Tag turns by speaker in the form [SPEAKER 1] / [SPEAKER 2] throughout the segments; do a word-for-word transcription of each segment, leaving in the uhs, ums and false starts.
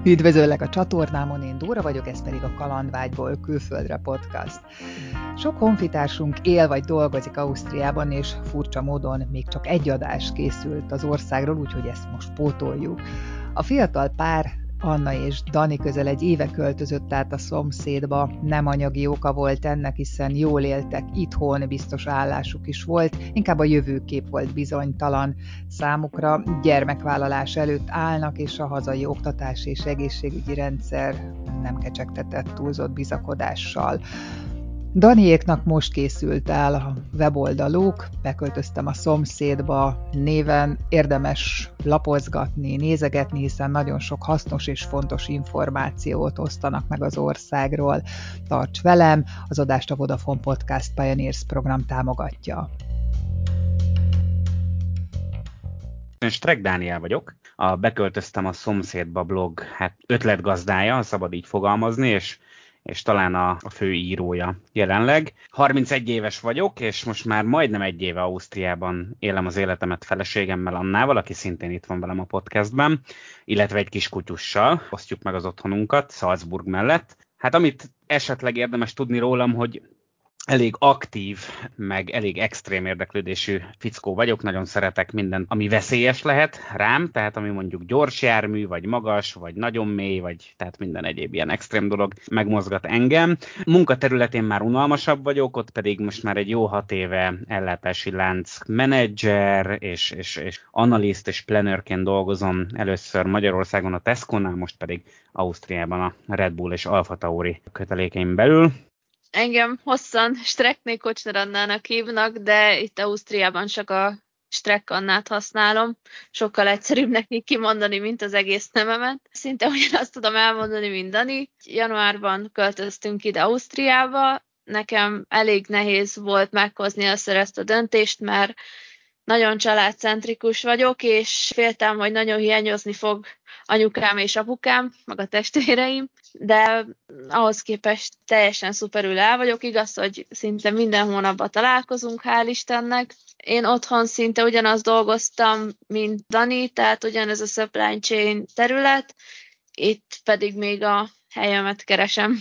[SPEAKER 1] Üdvözöllek a csatornámon, én Dóra vagyok, ez pedig a Kalandvágyból külföldre podcast. Sok honfitársunk él vagy dolgozik Ausztriában, és furcsa módon még csak egy adás készült az országról, úgyhogy ezt most pótoljuk. A fiatal pár, Anna és Dani közel egy éve költözött át a szomszédba, nem anyagi oka volt ennek, hiszen jól éltek itthon, biztos állásuk is volt, inkább a jövőkép volt bizonytalan számukra, gyermekvállalás előtt állnak, és a hazai oktatás és egészségügyi rendszer nem kecsegtetett túlzott bizakodással. Daniéknak most készült el a weboldaluk, beköltöztem a szomszédba néven, érdemes lapozgatni, nézegetni, hiszen nagyon sok hasznos és fontos információt osztanak meg az országról. Tarts velem, az adást a Vodafone Podcast Pioneers program támogatja.
[SPEAKER 2] Én Streck Dániel vagyok, a Beköltöztem a szomszédba blog hát ötletgazdája, szabad így fogalmazni, és és talán a, a fő írója jelenleg. harmincegy éves vagyok, és most már majdnem egy éve Ausztriában élem az életemet feleségemmel, Annával, aki szintén itt van velem a podcastben, illetve egy kis kutyussal. Osztjuk meg az otthonunkat Salzburg mellett. Hát amit esetleg érdemes tudni rólam, hogy elég aktív, meg elég extrém érdeklődésű fickó vagyok, nagyon szeretek mindent, ami veszélyes lehet rám, tehát ami mondjuk gyors jármű, vagy magas, vagy nagyon mély, vagy tehát minden egyéb ilyen extrém dolog megmozgat engem. Munkaterületén már unalmasabb vagyok, ott pedig most már egy jó hat éve ellátási lánc menedzser, és, és, és analyst és plannerként dolgozom először Magyarországon a Tesco-nál, most pedig Ausztriában a Red Bull és Alfa Tauri kötelékeim belül.
[SPEAKER 3] Engem hosszan Streckné Kocsner Annának hívnak, de itt Ausztriában csak a Streck Annát használom. Sokkal egyszerűbb neki kimondani, mint az egész nevemet. Szinte ugyanazt tudom elmondani, mint Dani. Januárban költöztünk ide Ausztriába. Nekem elég nehéz volt meghozni először ezt a döntést, mert nagyon családcentrikus vagyok, és féltem, hogy nagyon hiányozni fog anyukám és apukám, meg a testvéreim, de ahhoz képest teljesen szuperül el vagyok. Igaz, hogy szinte minden hónapban találkozunk, hál' Istennek. Én otthon szinte ugyanazt dolgoztam, mint Dani, tehát ugyanez a supply chain terület, itt pedig még a helyemet keresem.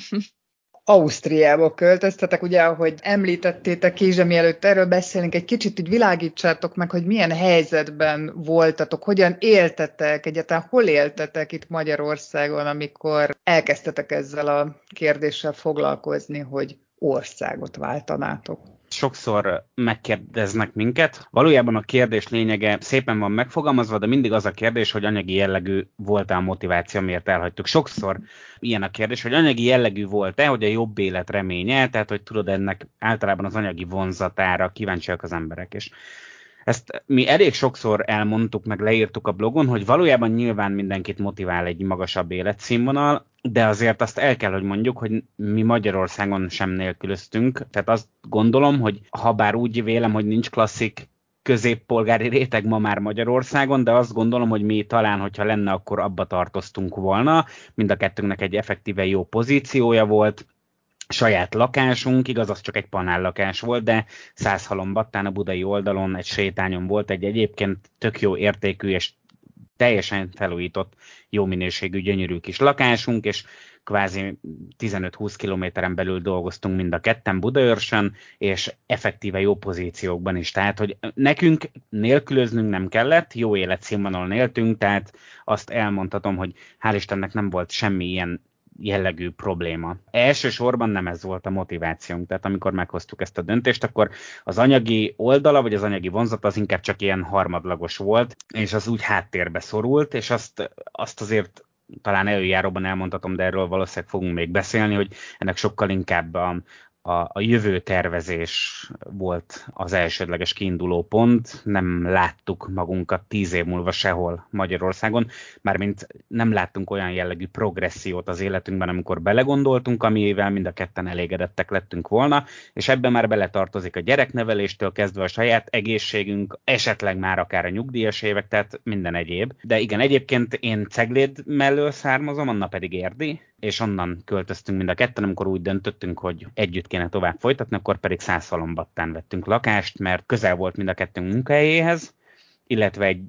[SPEAKER 1] Ausztriába költöztetek, ugye, ahogy említettétek is, de mielőtt erről beszélünk, egy kicsit így világítsátok meg, hogy milyen helyzetben voltatok, hogyan éltetek, egyáltalán hol éltetek itt Magyarországon, amikor elkezdtetek ezzel a kérdéssel foglalkozni, hogy országot váltanátok.
[SPEAKER 2] Sokszor megkérdeznek minket. Valójában a kérdés lényege szépen van megfogalmazva, de mindig az a kérdés, hogy anyagi jellegű volt-e a motiváció, miért elhagytuk. Sokszor ilyen a kérdés, hogy anyagi jellegű volt-e, hogy a jobb élet reménye, tehát hogy tudod, ennek általában az anyagi vonzatára kíváncsiak az emberek. És ezt mi elég sokszor elmondtuk, meg leírtuk a blogon, hogy valójában nyilván mindenkit motivál egy magasabb életszínvonal, de azért azt el kell, hogy mondjuk, hogy mi Magyarországon sem nélkülöztünk. Tehát azt gondolom, hogy ha bár úgy vélem, hogy nincs klasszik középpolgári réteg ma már Magyarországon, de azt gondolom, hogy mi talán, hogyha lenne, akkor abba tartoztunk volna. Mind a kettőnknek egy effektíve jó pozíciója volt. Saját lakásunk, igaz, az csak egy panállakás volt, de Százhalombattán a budai oldalon egy sétányon volt egy egyébként tök jó értékű és teljesen felújított, jó minőségű, gyönyörű kis lakásunk, és kvázi tizenöt-húsz kilométeren belül dolgoztunk mind a ketten Budaörsön, és effektíve jó pozíciókban is. Tehát, hogy nekünk nélkülöznünk nem kellett, jó életszínvonalon éltünk, tehát azt elmondhatom, hogy hál' Istennek nem volt semmi ilyen jellegű probléma. Elsősorban nem ez volt a motivációnk, tehát amikor meghoztuk ezt a döntést, akkor az anyagi oldala, vagy az anyagi vonzat az inkább csak ilyen harmadlagos volt, és az úgy háttérbe szorult, és azt, azt azért talán előjáróban elmondhatom, de erről valószínűleg fogunk még beszélni, hogy ennek sokkal inkább a, a, a jövő tervezés volt az elsődleges kiinduló pont. Nem láttuk magunkat tíz év múlva sehol Magyarországon, mármint nem láttunk olyan jellegű progressziót az életünkben, amikor belegondoltunk, amivel mind a ketten elégedettek lettünk volna, és ebben már beletartozik a gyerekneveléstől kezdve a saját egészségünk, esetleg már akár a nyugdíjas évek, tehát minden egyéb. De igen, egyébként én Cegléd mellől származom, Anna pedig Érdi, és onnan költöztünk mind a ketten, amikor úgy döntöttünk, hogy együtt kéne tovább folytatni, akkor pedig Százhalombattán vettünk lakást, mert közel volt mind a kettőnk munkahelyéhez, illetve egy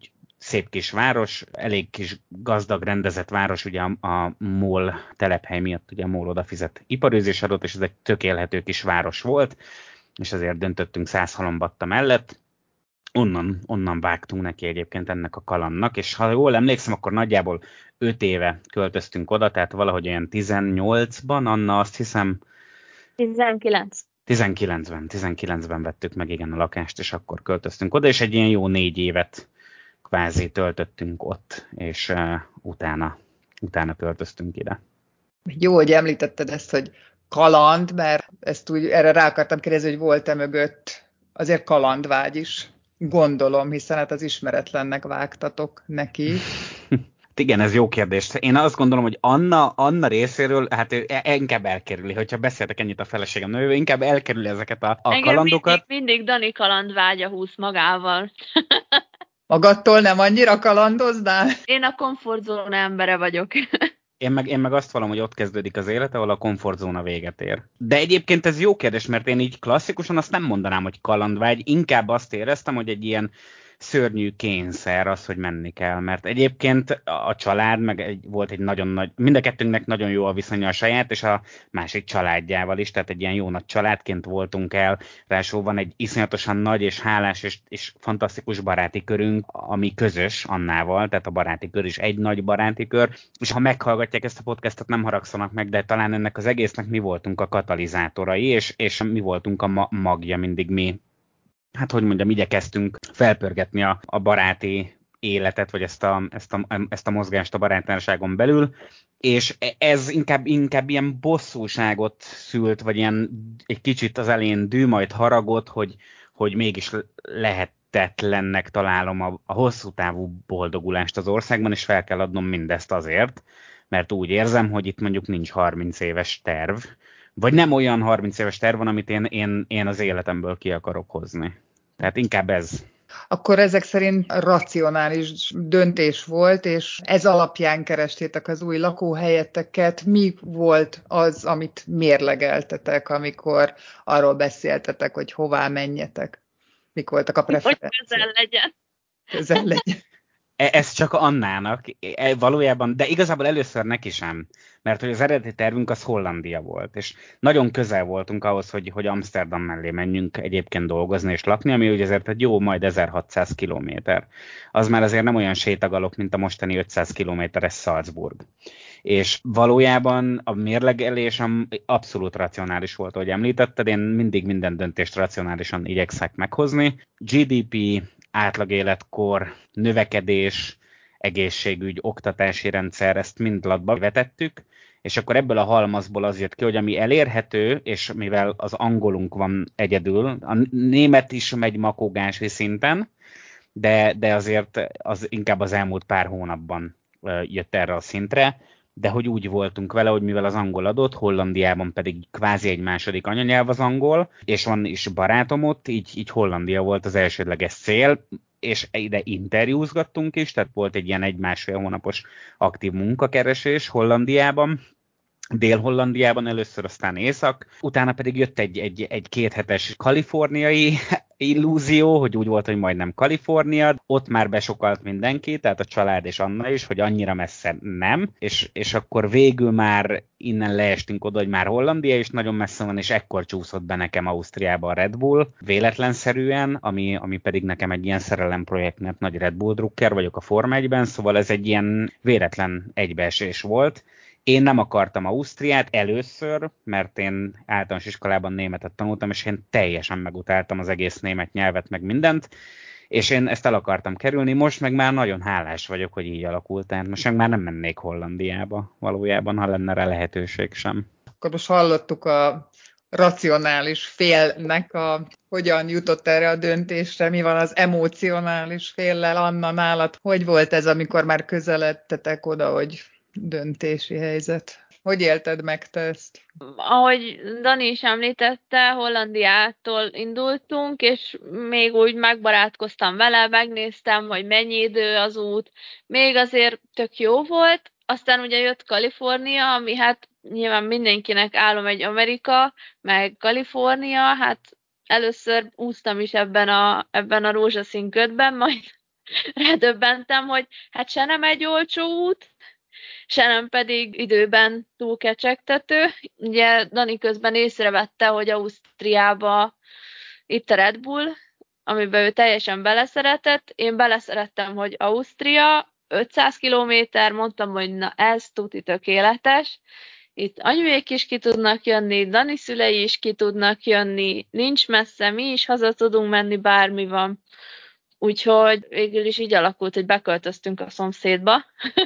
[SPEAKER 2] szép kis város, elég kis gazdag, rendezett város, ugye a, a MOL telephely miatt, ugye a MOL oda fizet iparőzés adott, és ez egy tök élhető kis város volt, és azért döntöttünk száz halombatta mellett. Onnan, onnan vágtunk neki egyébként ennek a kalandnak, és ha jól emlékszem, akkor nagyjából öt éve költöztünk oda, tehát valahogy olyan tizennyolcban, Anna, azt hiszem...
[SPEAKER 3] tizenkilenc.
[SPEAKER 2] tizenkilencben, tizenkilencben vettük meg, igen, a lakást, és akkor költöztünk oda, és egy ilyen jó négy évet kvázi töltöttünk ott, és uh, utána, utána költöztünk ide.
[SPEAKER 1] Jó, hogy említetted ezt, hogy kaland, mert ezt úgy erre rá akartam kérdezni, hogy volt-e mögött azért kalandvágy is. Gondolom, hiszen hát az ismeretlennek vágtatok neki.
[SPEAKER 2] Igen, ez jó kérdés. Én azt gondolom, hogy Anna, Anna részéről, hát ő inkább elkerüli, hogyha beszéltek ennyit a feleségem, ő inkább elkerüli ezeket a, a
[SPEAKER 3] Engem
[SPEAKER 2] kalandokat.
[SPEAKER 3] mindig, mindig Dani kalandvágya húz magával.
[SPEAKER 1] Magadtól nem annyira kalandoznál?
[SPEAKER 3] Én a komfortzóna embere vagyok.
[SPEAKER 2] Én meg, én meg azt vallom, hogy ott kezdődik az élet, ahol a komfortzóna véget ér. De egyébként ez jó kérdés, mert én így klasszikusan azt nem mondanám, hogy kalandvágy, inkább azt éreztem, hogy egy ilyen szörnyű kényszer az, hogy menni kell, mert egyébként a család, meg egy, volt egy nagyon nagy, mind a kettőnknek nagyon jó a viszonya a saját, és a másik családjával is, tehát egy ilyen jó nagy családként voltunk el, ráadásul van egy iszonyatosan nagy és hálás és, és fantasztikus baráti körünk, ami közös Annával, tehát a baráti kör is egy nagy baráti kör, és ha meghallgatják ezt a podcastot, nem haragszanak meg, de talán ennek az egésznek mi voltunk a katalizátorai, és, és mi voltunk a ma- magja, mindig mi. Hát, hogy mondjam, igyekeztünk felpörgetni a, a baráti életet, vagy ezt a, ezt, a, ezt a mozgást a barátságon belül, és ez inkább, inkább ilyen bosszúságot szült, vagy ilyen egy kicsit az elején dű, majd haragot, hogy, hogy mégis lehetetlennek találom a, a hosszú távú boldogulást az országban, és fel kell adnom mindezt azért, mert úgy érzem, hogy itt mondjuk nincs harminc éves terv, vagy nem olyan harminc éves terv van, amit én, én, én az életemből ki akarok hozni. Tehát inkább ez.
[SPEAKER 1] Akkor ezek szerint racionális döntés volt, és ez alapján kerestétek az új lakóhelyeteket. Mi volt az, amit mérlegeltetek, amikor arról beszéltetek, hogy hová menjetek? Mik voltak a preferenciák?
[SPEAKER 3] Hogy közel legyen.
[SPEAKER 1] Közel legyen.
[SPEAKER 2] Ez csak Annának, valójában, de igazából először neki sem, mert hogy az eredeti tervünk az Hollandia volt, és nagyon közel voltunk ahhoz, hogy, hogy Amsterdam mellé menjünk egyébként dolgozni és lakni, ami ugye azért egy jó majd ezerhatszáz kilométer. Az már azért nem olyan sétagalok, mint a mostani ötszáz kilométeres Salzburg. És valójában a mérlegelésem abszolút racionális volt, ahogy említetted, én mindig minden döntést racionálisan igyekszek meghozni. gé dé pé, átlagéletkor, növekedés, egészségügy, oktatási rendszer, ezt mind latba vetettük, és akkor ebből a halmazból az jött ki, hogy ami elérhető, és mivel az angolunk van egyedül, a német is megy makógási szinten, de, de azért az inkább az elmúlt pár hónapban jött erre a szintre, de hogy úgy voltunk vele, hogy mivel az angol adott, Hollandiában pedig kvázi egy második anyanyelv az angol, és van is barátom ott, így, így Hollandia volt az elsődleges cél, és ide interjúzgattunk is, tehát volt egy ilyen egy-másfél hónapos aktív munkakeresés Hollandiában, Dél-Hollandiában először, aztán észak, utána pedig jött egy, egy, egy kéthetes kaliforniai illúzió, hogy úgy volt, hogy majdnem Kalifornia, ott már besokalt mindenki, tehát a család és Anna is, hogy annyira messze nem, és, és akkor végül már innen leestünk oda, hogy már Hollandia is nagyon messze van, és ekkor csúszott be nekem Ausztriába a Red Bull, véletlenszerűen, ami, ami pedig nekem egy ilyen szerelemprojekt, mert nagy Red Bull drukker vagyok a Forma egyben, szóval ez egy ilyen véletlen egybeesés volt. Én nem akartam Ausztriát először, mert én általános iskolában németet tanultam, és én teljesen megutáltam az egész német nyelvet, meg mindent, és én ezt el akartam kerülni, most meg már nagyon hálás vagyok, hogy így alakult, tehát most meg már nem mennék Hollandiába valójában, ha lenne rá lehetőség sem.
[SPEAKER 1] Akkor most hallottuk a racionális félnek, a, hogyan jutott erre a döntésre, mi van az emocionális féllel, Anna, nálad? Hogy volt ez, amikor már közeledtetek oda, hogy döntési helyzet? Hogy élted meg te ezt?
[SPEAKER 3] Ahogy Dani is említette, Hollandiától indultunk, és még úgy megbarátkoztam vele, megnéztem, hogy mennyi idő az út. Még azért tök jó volt, aztán ugye jött Kalifornia, ami hát nyilván mindenkinek álom egy Amerika, meg Kalifornia, hát először úsztam is ebben a, ebben a rózsaszín ködben, majd rádöbbentem, hogy hát se nem egy olcsó út, se nem pedig időben túl kecsegtető. Ugye Dani közben észrevette, hogy Ausztriába itt a Red Bull, amiben ő teljesen beleszeretett. Én beleszerettem, hogy Ausztria, ötszáz kilométer, mondtam, hogy na ez tuti tökéletes. Itt anyuék is ki tudnak jönni, Dani szülei is ki tudnak jönni, nincs messze, mi is haza tudunk menni, bármi van. Úgyhogy végül is így alakult, hogy beköltöztünk a szomszédba.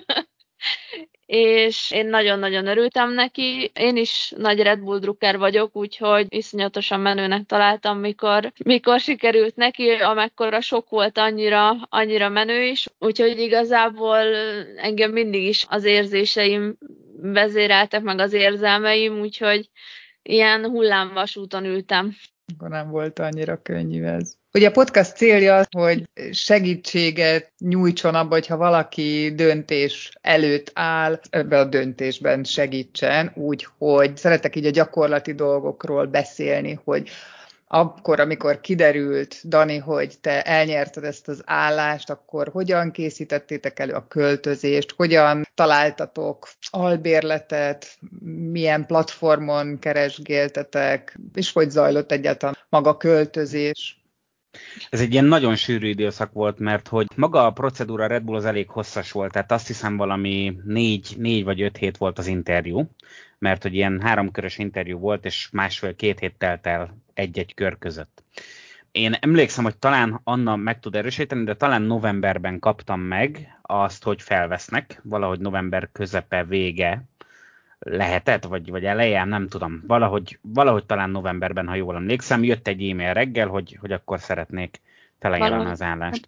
[SPEAKER 3] És én nagyon-nagyon örültem neki. Én is nagy Red Bull drukker vagyok, úgyhogy iszonyatosan menőnek találtam, mikor, mikor sikerült neki, amekkora sok volt, annyira, annyira menő is. Úgyhogy igazából engem mindig is az érzéseim vezéreltek, meg az érzelmeim, úgyhogy ilyen hullámvasúton ültem.
[SPEAKER 1] Akkor nem volt annyira könnyű ez. Ugye a podcast célja az, hogy segítséget nyújtson abba, hogyha valaki döntés előtt áll, ebbe a döntésben segítsen, úgy, hogy szeretek így a gyakorlati dolgokról beszélni, hogy akkor, amikor kiderült, Dani, hogy te elnyerted ezt az állást, akkor hogyan készítettétek elő a költözést, hogyan találtatok albérletet, milyen platformon keresgéltetek, és hogy zajlott egyáltalán maga költözés?
[SPEAKER 2] Ez egy ilyen nagyon sűrű időszak volt, mert hogy maga a procedúra Red Bull az elég hosszas volt, tehát azt hiszem valami négy, négy vagy öt hét volt az interjú, mert hogy ilyen háromkörös interjú volt, és másfél-két hét telt el egy-egy kör között. Én emlékszem, hogy talán Anna meg tud erősíteni, de talán novemberben kaptam meg azt, hogy felvesznek, valahogy november közepe vége lehetett, vagy, vagy eleje, nem tudom, valahogy, valahogy talán novemberben, ha jól emlékszem, jött egy e-mail reggel, hogy, hogy akkor szeretnék felajánlani az állást.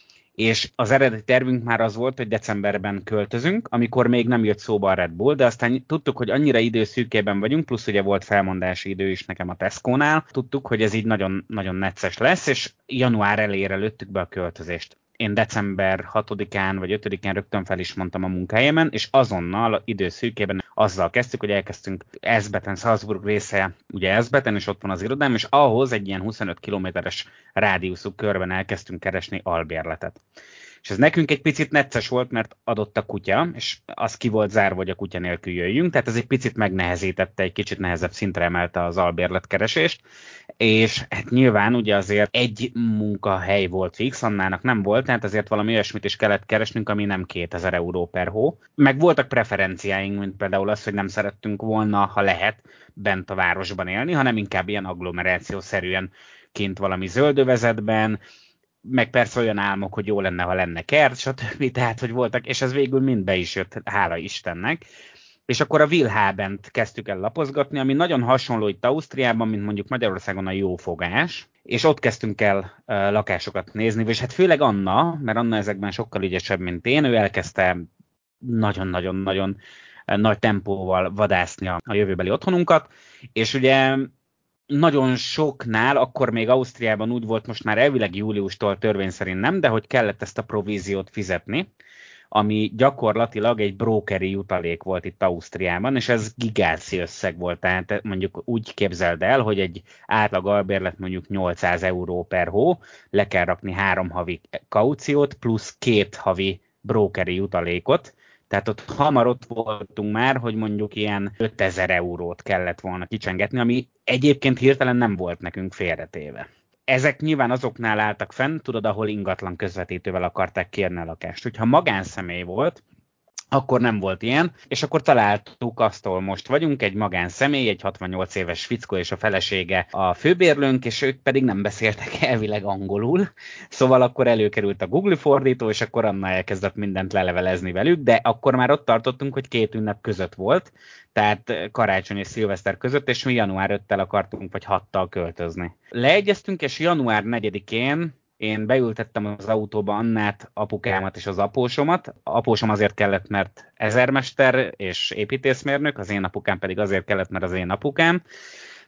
[SPEAKER 2] És az eredeti tervünk már az volt, hogy decemberben költözünk, amikor még nem jött szóba a Red Bull, de aztán tudtuk, hogy annyira időszűkében vagyunk, plusz ugye volt felmondási idő is nekem a Tesco-nál, tudtuk, hogy ez így nagyon, nagyon necces lesz, és január elejére lőttük be a költözést. Én december hatodikán vagy ötödikén rögtön fel is mondtam a munkahelyemen, és azonnal időszűkében azzal kezdtük, hogy elkezdtünk Elszbeten, Salzburg része, ugye Elszbeten, és ott van az irodám, és ahhoz egy ilyen huszonöt kilométeres rádiuszú körben elkezdtünk keresni albérletet. És ez nekünk egy picit necces volt, mert adott a kutya, és az ki volt zárva, hogy a kutya nélkül jöjjünk, tehát ez egy picit megnehezítette, egy kicsit nehezebb szintre emelte az albérletkeresést, és hát nyilván ugye azért egy munkahely volt fix, Annának nem volt, tehát azért valami olyasmit is kellett keresnünk, ami nem kétezer euró per hó. Meg voltak preferenciáink, mint például az, hogy nem szerettünk volna, ha lehet, bent a városban élni, hanem inkább ilyen agglomerációszerűen kint valami zöldövezetben, meg persze olyan álmok, hogy jó lenne, ha lenne kert, stb. Tehát, hogy voltak, és ez végül mind be is jött, hála Istennek. És akkor a Willhabent kezdtük el lapozgatni, ami nagyon hasonló itt Ausztriában, mint mondjuk Magyarországon a Jófogás, és ott kezdtünk el uh, lakásokat nézni, és hát főleg Anna, mert Anna ezekben sokkal ügyesebb, mint én, ő elkezdte nagyon-nagyon-nagyon nagy tempóval vadászni a, a jövőbeli otthonunkat, és ugye nagyon soknál, akkor még Ausztriában úgy volt, most már elvileg júliustól törvény szerint nem, de hogy kellett ezt a províziót fizetni, ami gyakorlatilag egy brokeri jutalék volt itt Ausztriában, és ez gigáci összeg volt, tehát mondjuk úgy képzeld el, hogy egy átlag albérlet mondjuk nyolcszáz euró per hó, le kell rakni három havi kauciót, plusz két havi brokeri jutalékot, tehát ott hamar ott voltunk már, hogy mondjuk ilyen ötezer eurót kellett volna kicsengetni, ami egyébként hirtelen nem volt nekünk félretéve. Ezek nyilván azoknál álltak fenn, tudod, ahol ingatlan közvetítővel akarták kérni a lakást. Hogyha magánszemély volt, akkor nem volt ilyen, és akkor találtuk azt, ahol most vagyunk, egy magánszemély, egy hatvannyolc éves fickó és a felesége a főbérlőnk, és ők pedig nem beszéltek elvileg angolul, szóval akkor előkerült a Google fordító, és akkor Anna elkezdett mindent lelevelezni velük, de akkor már ott tartottunk, hogy két ünnep között volt, tehát karácsony és szilveszter között, és mi január ötödikével akartunk, vagy hattal költözni. Leegyeztünk, és január negyedikén én beültettem az autóba Annát, apukámat és az apósomat. Apósom azért kellett, mert ezermester és építészmérnök, az én apukám pedig azért kellett, mert az én apukám.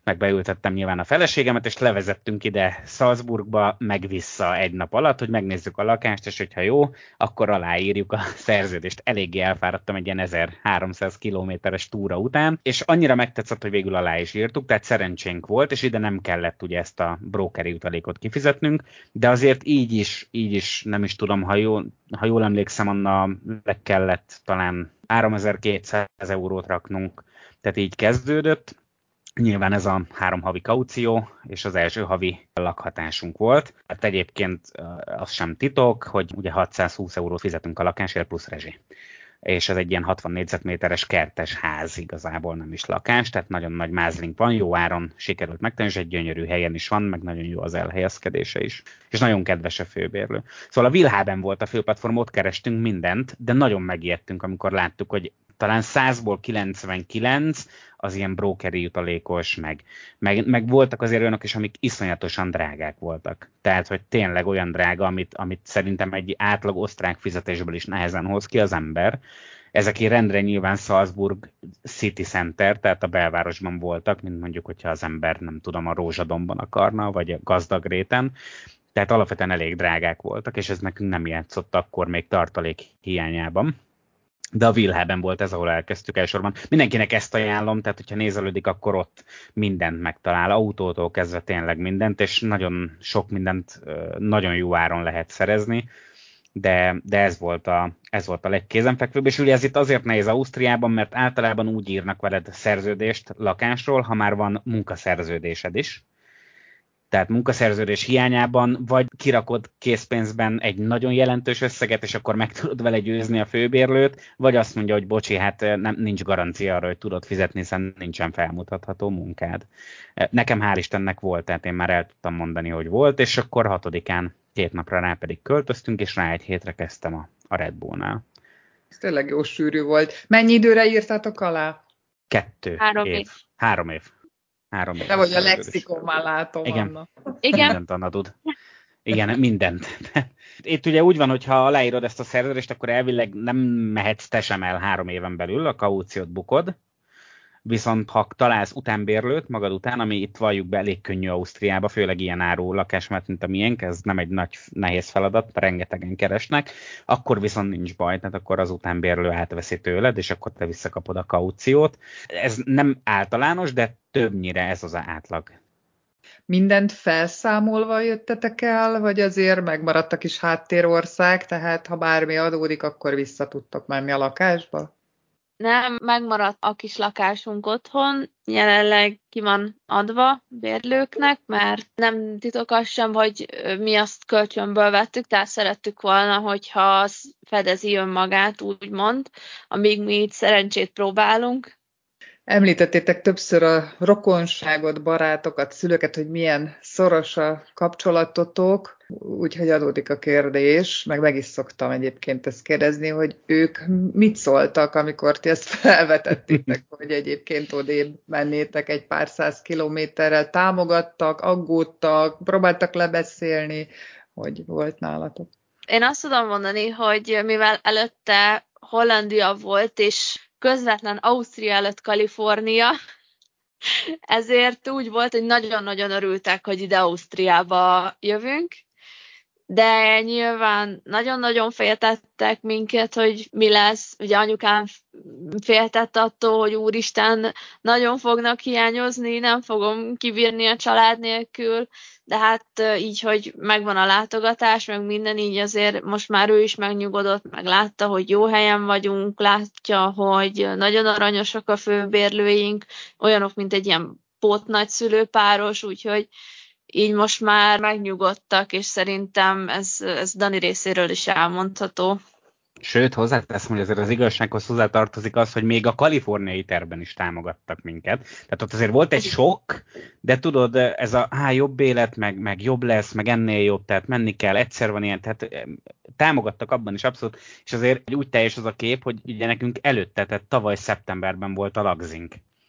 [SPEAKER 2] meg beültettem nyilván a feleségemet, és levezettünk ide Salzburgba, meg vissza egy nap alatt, hogy megnézzük a lakást, és hogyha jó, akkor aláírjuk a szerződést. Eléggé elfáradtam egy ilyen ezerháromszáz kilométeres túra után, és annyira megtetszett, hogy végül alá is írtuk, tehát szerencsénk volt, és ide nem kellett ugye ezt a brokeri utalékot kifizetnünk, de azért így is, így is nem is tudom, ha jól, ha jól emlékszem, Anna, le kellett talán háromezer-kétszáz eurót raknunk, tehát így kezdődött. Nyilván ez a három havi kaució, és az első havi lakhatásunk volt. Hát egyébként az sem titok, hogy ugye hatszázhúsz eurót fizetünk a lakásért plusz rezsi. És ez egy ilyen hatvan négyzetméteres kertes ház, igazából nem is lakás, tehát nagyon nagy mázlink van, jó áron sikerült megtenni, és egy gyönyörű helyen is van, meg nagyon jó az elhelyezkedése is. És nagyon kedves a főbérlő. Szóval a Willhaben volt a főplatform, ott kerestünk mindent, de nagyon megijedtünk, amikor láttuk, hogy talán százból kilencvenkilenc az ilyen brokeri jutalékos, meg, meg, meg voltak azért olyanok is, amik iszonyatosan drágák voltak. Tehát, hogy tényleg olyan drága, amit, amit szerintem egy átlag osztrák fizetésből is nehezen hoz ki az ember. Ezek rendre nyilván Salzburg City Center, tehát a belvárosban voltak, mint mondjuk, hogyha az ember, nem tudom, a Rózsadomban akarna, vagy a gazdag réten. Tehát alapvetően elég drágák voltak, és ez nekünk nem játszott akkor még tartalék hiányában. De a Willhaben volt ez, ahol elkezdtük elsősorban. Mindenkinek ezt ajánlom, tehát hogyha nézelődik, akkor ott mindent megtalál, autótól kezdve tényleg mindent, és nagyon sok mindent nagyon jó áron lehet szerezni, de, de ez, volt a, ez volt a legkézenfekvőbb, és ugye ez itt azért nehéz Ausztriában, mert általában úgy írnak veled szerződést lakásról, ha már van munkaszerződésed is. Tehát munkaszerződés hiányában vagy kirakod készpénzben egy nagyon jelentős összeget, és akkor meg tudod vele győzni a főbérlőt, vagy azt mondja, hogy bocsi, hát nem, nincs garancia arra, hogy tudod fizetni, hiszen nincsen felmutatható munkád. Nekem hál' Istennek volt, tehát én már el tudtam mondani, hogy volt, és akkor hatodikán két napra rá pedig költöztünk, és rá egy hétre kezdtem a, a Red Bullnál.
[SPEAKER 1] Ez tényleg jó sűrű volt. Mennyi időre írtátok alá?
[SPEAKER 2] Kettő
[SPEAKER 3] Három
[SPEAKER 2] év.
[SPEAKER 3] év.
[SPEAKER 2] Három év. Három év.
[SPEAKER 1] De vagy a lexikon már látom,
[SPEAKER 2] igen.
[SPEAKER 1] Anna.
[SPEAKER 3] Igen.
[SPEAKER 2] Mindent Anna tud. Igen, mindent. Itt ugye úgy van, hogy ha aláírod ezt a szerződést, akkor elvileg nem mehetsz te sem el három éven belül, a kauciót bukod, viszont ha találsz utánbérlőt magad után, ami itt valljuk be elég könnyű Ausztriába, főleg ilyen áru lakás, mert mint a miénk, ez nem egy nagy nehéz feladat, rengetegen keresnek, akkor viszont nincs baj, tehát akkor az utánbérlő átveszi tőled, és akkor te visszakapod a kauciót. Ez nem általános, de többnyire ez az átlag.
[SPEAKER 1] Mindent felszámolva jöttetek el, vagy azért megmaradtak is háttérország, tehát ha bármi adódik, akkor vissza tudtok menni a lakásba?
[SPEAKER 3] Nem, megmaradt a kis lakásunk otthon, jelenleg ki van adva bérlőknek, mert nem titok az sem, hogy mi azt kölcsönből vettük, tehát szerettük volna, hogyha az fedezi önmagát, úgymond, amíg mi itt szerencsét próbálunk.
[SPEAKER 1] Említettétek többször a rokonságot, barátokat, szülőket, hogy milyen szoros a kapcsolatotok, úgyhogy adódik a kérdés, meg meg is szoktam egyébként ezt kérdezni, hogy ők mit szóltak, amikor ti ezt felvetettétek, hogy egyébként odébb mennétek egy pár száz kilométerrel, támogattak, aggódtak, próbáltak lebeszélni, hogy volt nálatok?
[SPEAKER 3] Én azt tudom mondani, hogy mivel előtte Hollandia volt, és közvetlen Ausztria előtt Kalifornia, ezért úgy volt, hogy nagyon-nagyon örültek, hogy ide Ausztriába jövünk, de nyilván nagyon-nagyon féltettek minket, hogy mi lesz. Ugye anyukám féltett attól, hogy úristen, nagyon fognak hiányozni, nem fogom kibírni a család nélkül, de hát így, hogy megvan a látogatás, meg minden, így azért most már ő is megnyugodott, meg látta, hogy jó helyen vagyunk, látja, hogy nagyon aranyosak a főbérlőink, olyanok, mint egy ilyen pótnagyszülőpáros, úgyhogy így most már megnyugodtak, és szerintem ez, ez Dani részéről is elmondható.
[SPEAKER 2] Sőt, hozzáteszem, hogy azért az igazsághoz hozzátartozik az, hogy még a kaliforniai terben is támogattak minket. Tehát ott azért volt egy sok, de tudod, ez a há, jobb élet, meg, meg jobb lesz, meg ennél jobb, tehát menni kell, egyszer van ilyen, tehát támogattak abban is abszolút, és azért úgy teljes az a kép, hogy ugye nekünk előtte, tehát tavaly szeptemberben volt a lagzink.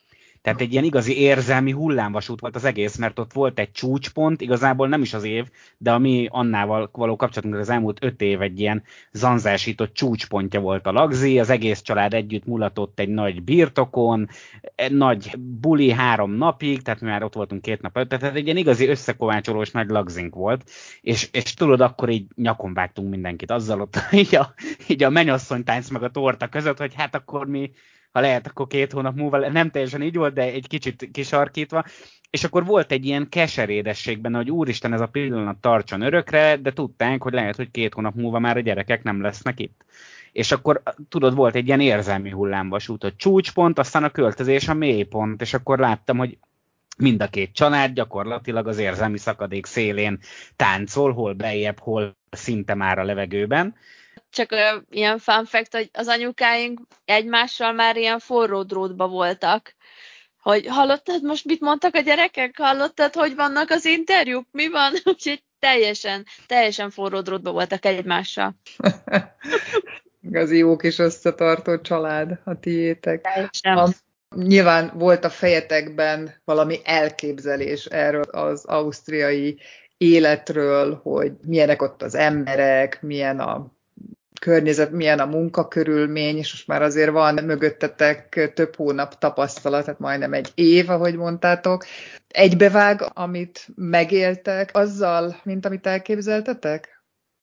[SPEAKER 2] Tehát egy ilyen igazi érzelmi hullámvasút volt az egész, mert ott volt egy csúcspont, igazából nem is az év, de a mi Annával való kapcsolatunk az elmúlt öt év egy ilyen zanzásított csúcspontja volt a Lagzi, az egész család együtt mulatott egy nagy birtokon, egy nagy buli három napig, tehát mi már ott voltunk két nap előtt, tehát egy ilyen igazi összekovácsolós nagy Lagzink volt, és, és tudod, akkor így nyakon vágtunk mindenkit azzal ott, így a, így a mennyasszonytánc meg a torta között, hogy hát akkor mi, ha lehet, akkor két hónap múlva, nem teljesen így volt, de egy kicsit kisarkítva, és akkor volt egy ilyen keserédesség benne, hogy úristen, ez a pillanat tartson örökre, de tudták, hogy lehet, hogy két hónap múlva már a gyerekek nem lesznek itt. És akkor tudod, volt egy ilyen érzelmi hullámvasút, a csúcspont, aztán a költözés a mélypont, és akkor láttam, hogy mind a két család gyakorlatilag az érzelmi szakadék szélén táncol, hol bejjebb, hol szinte már a levegőben.
[SPEAKER 3] Csak uh, ilyen fun fact, hogy az anyukáink egymással már ilyen forró drótba voltak. Hogy hallottad most mit mondtak a gyerekek? Hallottad, hogy vannak az interjúk? Mi van? Úgyhogy teljesen, teljesen forró drótba voltak egymással.
[SPEAKER 1] Igazi jó kis összetartó család a tiétek.
[SPEAKER 3] Teljesen.
[SPEAKER 1] A, nyilván volt a fejetekben valami elképzelés erről az ausztriai életről, hogy milyenek ott az emberek, milyen a környezet, milyen a munkakörülmény, és most már azért van mögöttetek több hónap tapasztalat, tehát majdnem egy év, ahogy mondtátok. Egybevág, amit megéltek, azzal, mint amit elképzeltetek?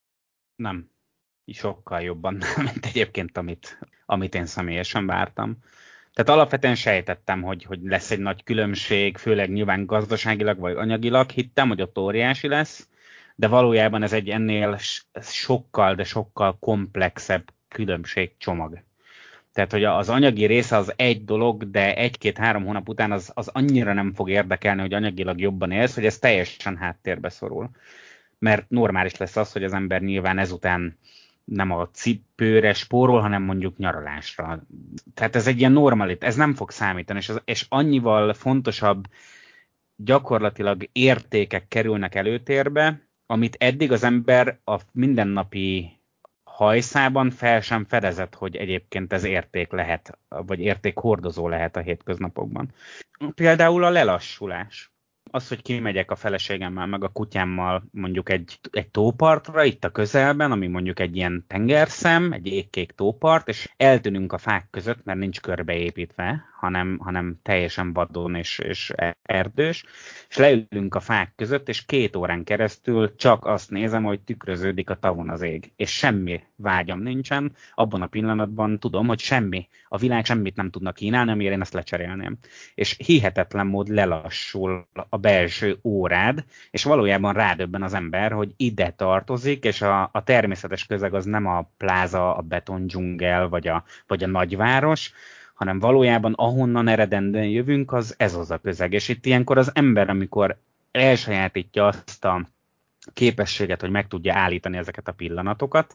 [SPEAKER 2] Nem. Sokkal jobban, mint egyébként, amit, amit én személyesen vártam. Tehát alapvetően sejtettem, hogy, hogy lesz egy nagy különbség, főleg nyilván gazdaságilag vagy anyagilag. Hittem, hogy ott óriási lesz, de valójában ez egy ennél sokkal, de sokkal komplexebb különbségcsomag. Tehát, hogy az anyagi része az egy dolog, de egy-két-három hónap után az, az annyira nem fog érdekelni, hogy anyagilag jobban élsz, hogy ez teljesen háttérbe szorul. Mert normális lesz az, hogy az ember nyilván ezután nem a cipőre spórol, hanem mondjuk nyaralásra. Tehát ez egy ilyen normalitás, ez nem fog számítani, és, az, és annyival fontosabb gyakorlatilag értékek kerülnek előtérbe, amit eddig az ember a mindennapi hajszában fel sem fedezett, hogy egyébként ez érték lehet, vagy értékhordozó lehet a hétköznapokban. Például a lelassulás. Az, hogy kimegyek a feleségemmel, meg a kutyámmal mondjuk egy, egy tópartra itt a közelben, ami mondjuk egy ilyen tengerszem, egy égkék tópart, és eltűnünk a fák között, mert nincs körbeépítve, hanem, hanem teljesen vadon és, és erdős, és leülünk a fák között, és két órán keresztül csak azt nézem, hogy tükröződik a tavon az ég, és semmi vágyam nincsen, abban a pillanatban tudom, hogy semmi, a világ semmit nem tudna kínálni, amire én ezt lecserélném. És hihetetlen mód lelassul a belső órád, és valójában rádöbben az ember, hogy ide tartozik, és a, a természetes közeg az nem a pláza, a betondzsungel, vagy a, vagy a nagyváros, hanem valójában ahonnan eredendően jövünk, az ez az a közeg. És itt ilyenkor az ember, amikor elsajátítja azt a képességet, hogy meg tudja állítani ezeket a pillanatokat,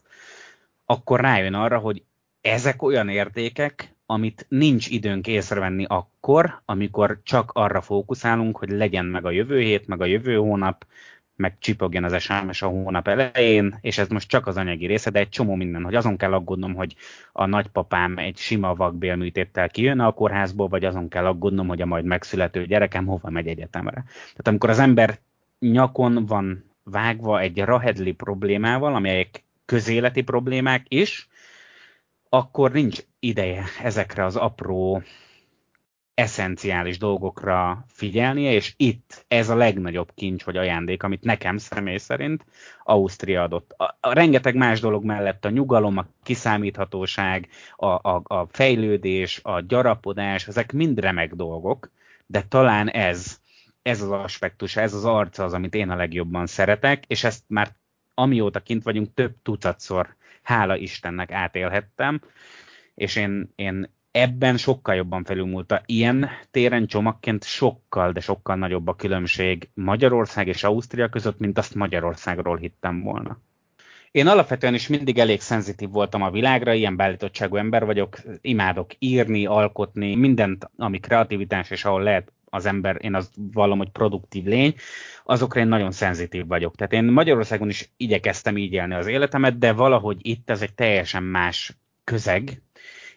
[SPEAKER 2] akkor rájön arra, hogy ezek olyan értékek, amit nincs időnk észrevenni akkor, amikor csak arra fókuszálunk, hogy legyen meg a jövő hét, meg a jövő hónap, meg csipogjon az es em es a hónap elején, és ez most csak az anyagi része, de egy csomó minden, hogy azon kell aggódnom, hogy a nagypapám egy sima vakbélműtéttel kijönne a kórházból, vagy azon kell aggódnom, hogy a majd megszülető gyerekem hova megy egyetemre. Tehát amikor az ember nyakon van vágva egy rahedli problémával, amelyek közéleti problémák is, akkor nincs ideje ezekre az apró, eszenciális dolgokra figyelnie, és itt ez a legnagyobb kincs vagy ajándék, amit nekem személy szerint Ausztria adott. A, a rengeteg más dolog mellett a nyugalom, a kiszámíthatóság, a, a, a fejlődés, a gyarapodás, ezek mind remek dolgok, de talán ez, ez az aspektus, ez az arca az, amit én a legjobban szeretek, és ezt már amióta kint vagyunk, több tucatszor, hála Istennek átélhettem, és én, én ebben sokkal jobban felülmúlta. Ilyen téren csomagként sokkal, de sokkal nagyobb a különbség Magyarország és Ausztria között, mint azt Magyarországról hittem volna. Én alapvetően is mindig elég szenzitív voltam a világra, ilyen beállítottságú ember vagyok, imádok írni, alkotni, mindent, ami kreativitás, és ahol lehet az ember, én azt vallom, hogy produktív lény, azokra én nagyon szenzitív vagyok. Tehát én Magyarországon is igyekeztem így élni az életemet, de valahogy itt ez egy teljesen más közeg,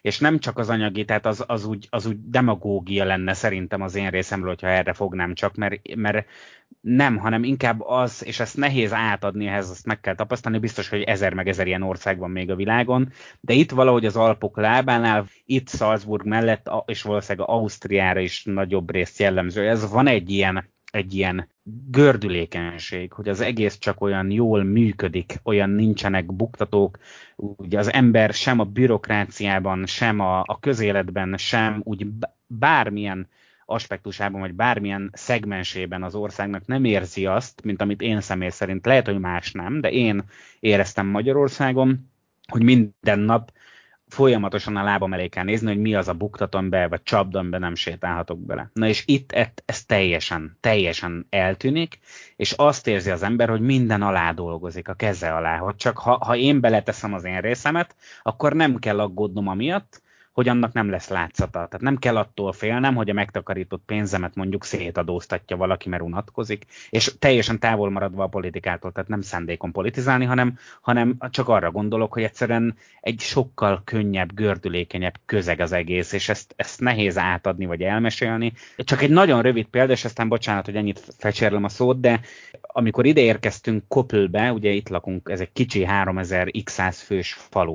[SPEAKER 2] és nem csak az anyagi, tehát az, az, úgy, az úgy demagógia lenne szerintem az én részemről, hogyha erre fognám csak, mert, mert nem, hanem inkább az, és ezt nehéz átadni, ehhez azt meg kell tapasztalni, biztos, hogy ezer meg ezer ilyen ország van még a világon, de itt valahogy az Alpok lábánál, itt Salzburg mellett, és valószínűleg Ausztriára is nagyobb részt jellemző, ez van egy ilyen, egy ilyen gördülékenység, hogy az egész csak olyan jól működik, olyan nincsenek buktatók, ugye az ember sem a bürokráciában, sem a, a közéletben, sem úgy bármilyen aspektusában, vagy bármilyen szegmensében az országnak nem érzi azt, mint amit én személy szerint, lehet, hogy más nem, de én éreztem Magyarországon, hogy minden nap folyamatosan a lábam elé kell nézni, hogy mi az a buktatom be, vagy csapdom be, nem sétálhatok bele. Na és itt ez, ez teljesen, teljesen eltűnik, és azt érzi az ember, hogy minden alá dolgozik, a keze alá, hogy csak ha, ha én beleteszem az én részemet, akkor nem kell aggódnom amiatt, hogy annak nem lesz látszata. Tehát nem kell attól félnem, hogy a megtakarított pénzemet mondjuk szétadóztatja valaki, mert unatkozik, és teljesen távol maradva a politikától, tehát nem szándékom politizálni, hanem, hanem csak arra gondolok, hogy egyszerűen egy sokkal könnyebb, gördülékenyebb közeg az egész, és ezt, ezt nehéz átadni, vagy elmesélni. Csak egy nagyon rövid példa, és aztán bocsánat, hogy ennyit fecsérlem a szót, de amikor ide érkeztünk Koppelbe, ugye itt lakunk, ez egy kicsi háromezer száz fős falu,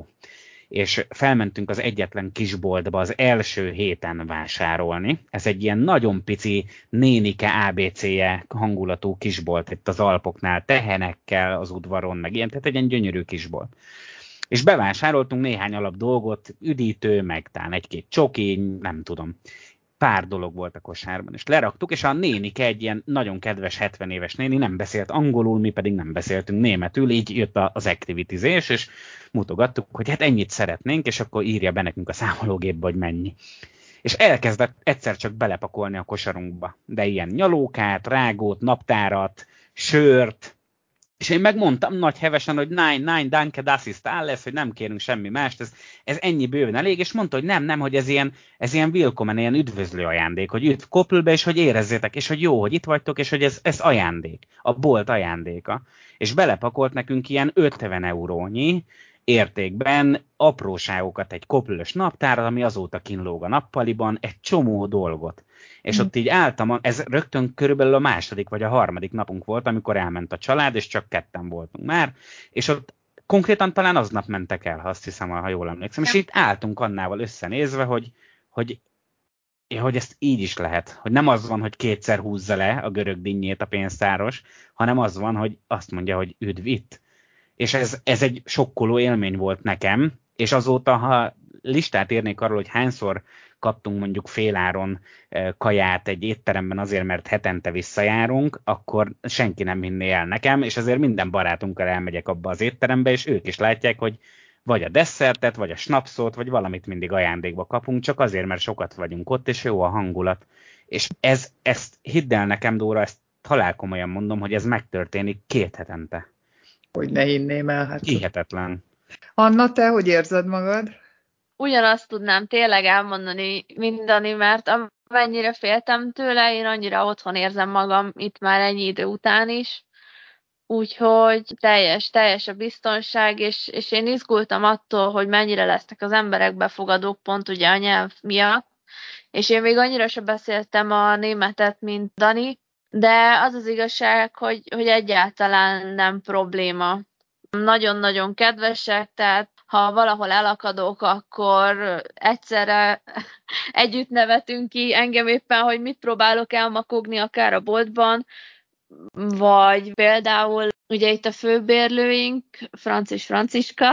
[SPEAKER 2] és felmentünk az egyetlen kisboltba az első héten vásárolni. Ez egy ilyen nagyon pici nénike á bé cé-je hangulatú kisbolt itt az Alpoknál, tehenekkel az udvaron, meg ilyen, tehát egy ilyen gyönyörű kisbolt. És bevásároltunk néhány alap dolgot, üdítő, meg talán egy-két csoki, nem tudom. Pár dolog volt a kosárban, és leraktuk, és a nénike egy ilyen nagyon kedves hetven éves néni, nem beszélt angolul, mi pedig nem beszéltünk németül, így jött az activitizés, és mutogattuk, hogy hát ennyit szeretnénk, és akkor írja be nekünk a számológépbe, hogy mennyi. És elkezdett egyszer csak belepakolni a kosarunkba, de ilyen nyalókát, rágót, naptárat, sört, és én megmondtam nagy hevesen, hogy nein, nein, danke, das ist alles, hogy nem kérünk semmi mást, ez, ez ennyi bőven elég, és mondta, hogy nem, nem, hogy ez ilyen, ez ilyen willkommen, ilyen üdvözlő ajándék, hogy üdv Koppelbe, és hogy érezzétek, és hogy jó, hogy itt vagytok, és hogy ez, ez ajándék, a bolt ajándéka. És belepakolt nekünk ilyen ötven eurónyi értékben apróságokat, egy Koppelös naptárat, ami azóta kínlóg a nappaliban, egy csomó dolgot. És ott így álltam, ez rögtön körülbelül a második vagy a harmadik napunk volt, amikor elment a család, és csak ketten voltunk már, és ott konkrétan talán aznap mentek el, ha azt hiszem, ha jól emlékszem, és itt álltunk Annával összenézve, hogy, hogy, hogy ezt így is lehet, hogy nem az van, hogy kétszer húzza le a görög dinnyét a pénztáros, hanem az van, hogy azt mondja, hogy üdv itt. És ez, ez egy sokkoló élmény volt nekem, és azóta, ha listát írnék arról, hogy hányszor kaptunk mondjuk féláron kaját egy étteremben azért, mert hetente visszajárunk, akkor senki nem hinné el nekem, és azért minden barátunkkal elmegyek abba az étterembe, és ők is látják, hogy vagy a desszertet, vagy a snapszot, vagy valamit mindig ajándékba kapunk, csak azért, mert sokat vagyunk ott, és jó a hangulat. És ez, ezt hidd el nekem, Dóra, ezt halálkomolyan mondom, hogy ez megtörténik két hetente.
[SPEAKER 1] Hogy ne hinném el. Hát
[SPEAKER 2] hihetetlen.
[SPEAKER 1] Anna, te hogy érzed magad?
[SPEAKER 3] Ugyanazt tudnám tényleg elmondani, mint Dani, mert amennyire féltem tőle, én annyira otthon érzem magam itt már ennyi idő után is. Úgyhogy teljes, teljes a biztonság, és, és én izgultam attól, hogy mennyire lesznek az emberek befogadók, pont ugye a nyelv miatt. És én még annyira sem beszéltem a németet, mint Dani, de az az igazság, hogy, hogy egyáltalán nem probléma. Nagyon-nagyon kedvesek, tehát ha valahol elakadok, akkor egyszerre együtt nevetünk ki, engem éppen, hogy mit próbálok elmakogni akár a boltban, vagy például ugye itt a főbérlőink, Franc és Franciska.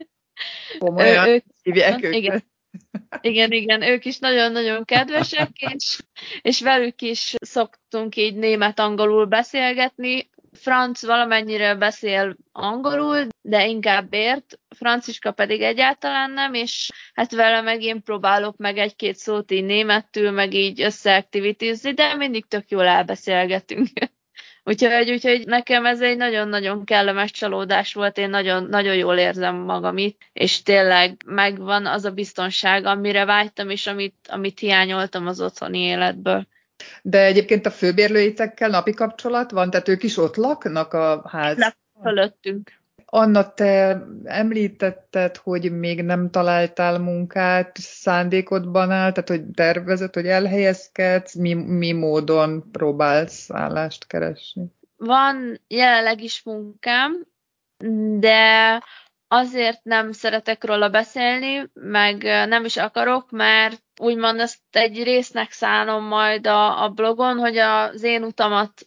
[SPEAKER 1] Komolyan
[SPEAKER 3] ő, ők,
[SPEAKER 1] hívják őket.
[SPEAKER 3] Igen. Igen, igen, ők is nagyon-nagyon kedvesek, és, és velük is szoktunk így német-angolul beszélgetni. Franc valamennyire beszél angolul, de inkább ért, Franciska pedig egyáltalán nem, és hát vele meg én próbálok meg egy-két szót így németül, meg így összeaktivitizni, de mindig tök jól elbeszélgetünk. Úgyhogy, úgyhogy nekem ez egy nagyon-nagyon kellemes csalódás volt, én nagyon, nagyon jól érzem magam itt, és tényleg megvan az a biztonság, amire vágytam, és amit, amit hiányoltam az otthoni életből.
[SPEAKER 1] De egyébként a főbérlőitekkel napi kapcsolat van? Tehát ők is ott laknak a házban?
[SPEAKER 3] Fölöttünk.
[SPEAKER 1] Anna, te említetted, hogy még nem találtál munkát, szándékodban áll, tehát hogy tervezed, hogy elhelyezkedsz, mi, mi módon próbálsz állást keresni?
[SPEAKER 3] Van jelenleg is munkám, de azért nem szeretek róla beszélni, meg nem is akarok, mert úgymond ezt egy résznek szánom majd a, a blogon, hogy az én utamat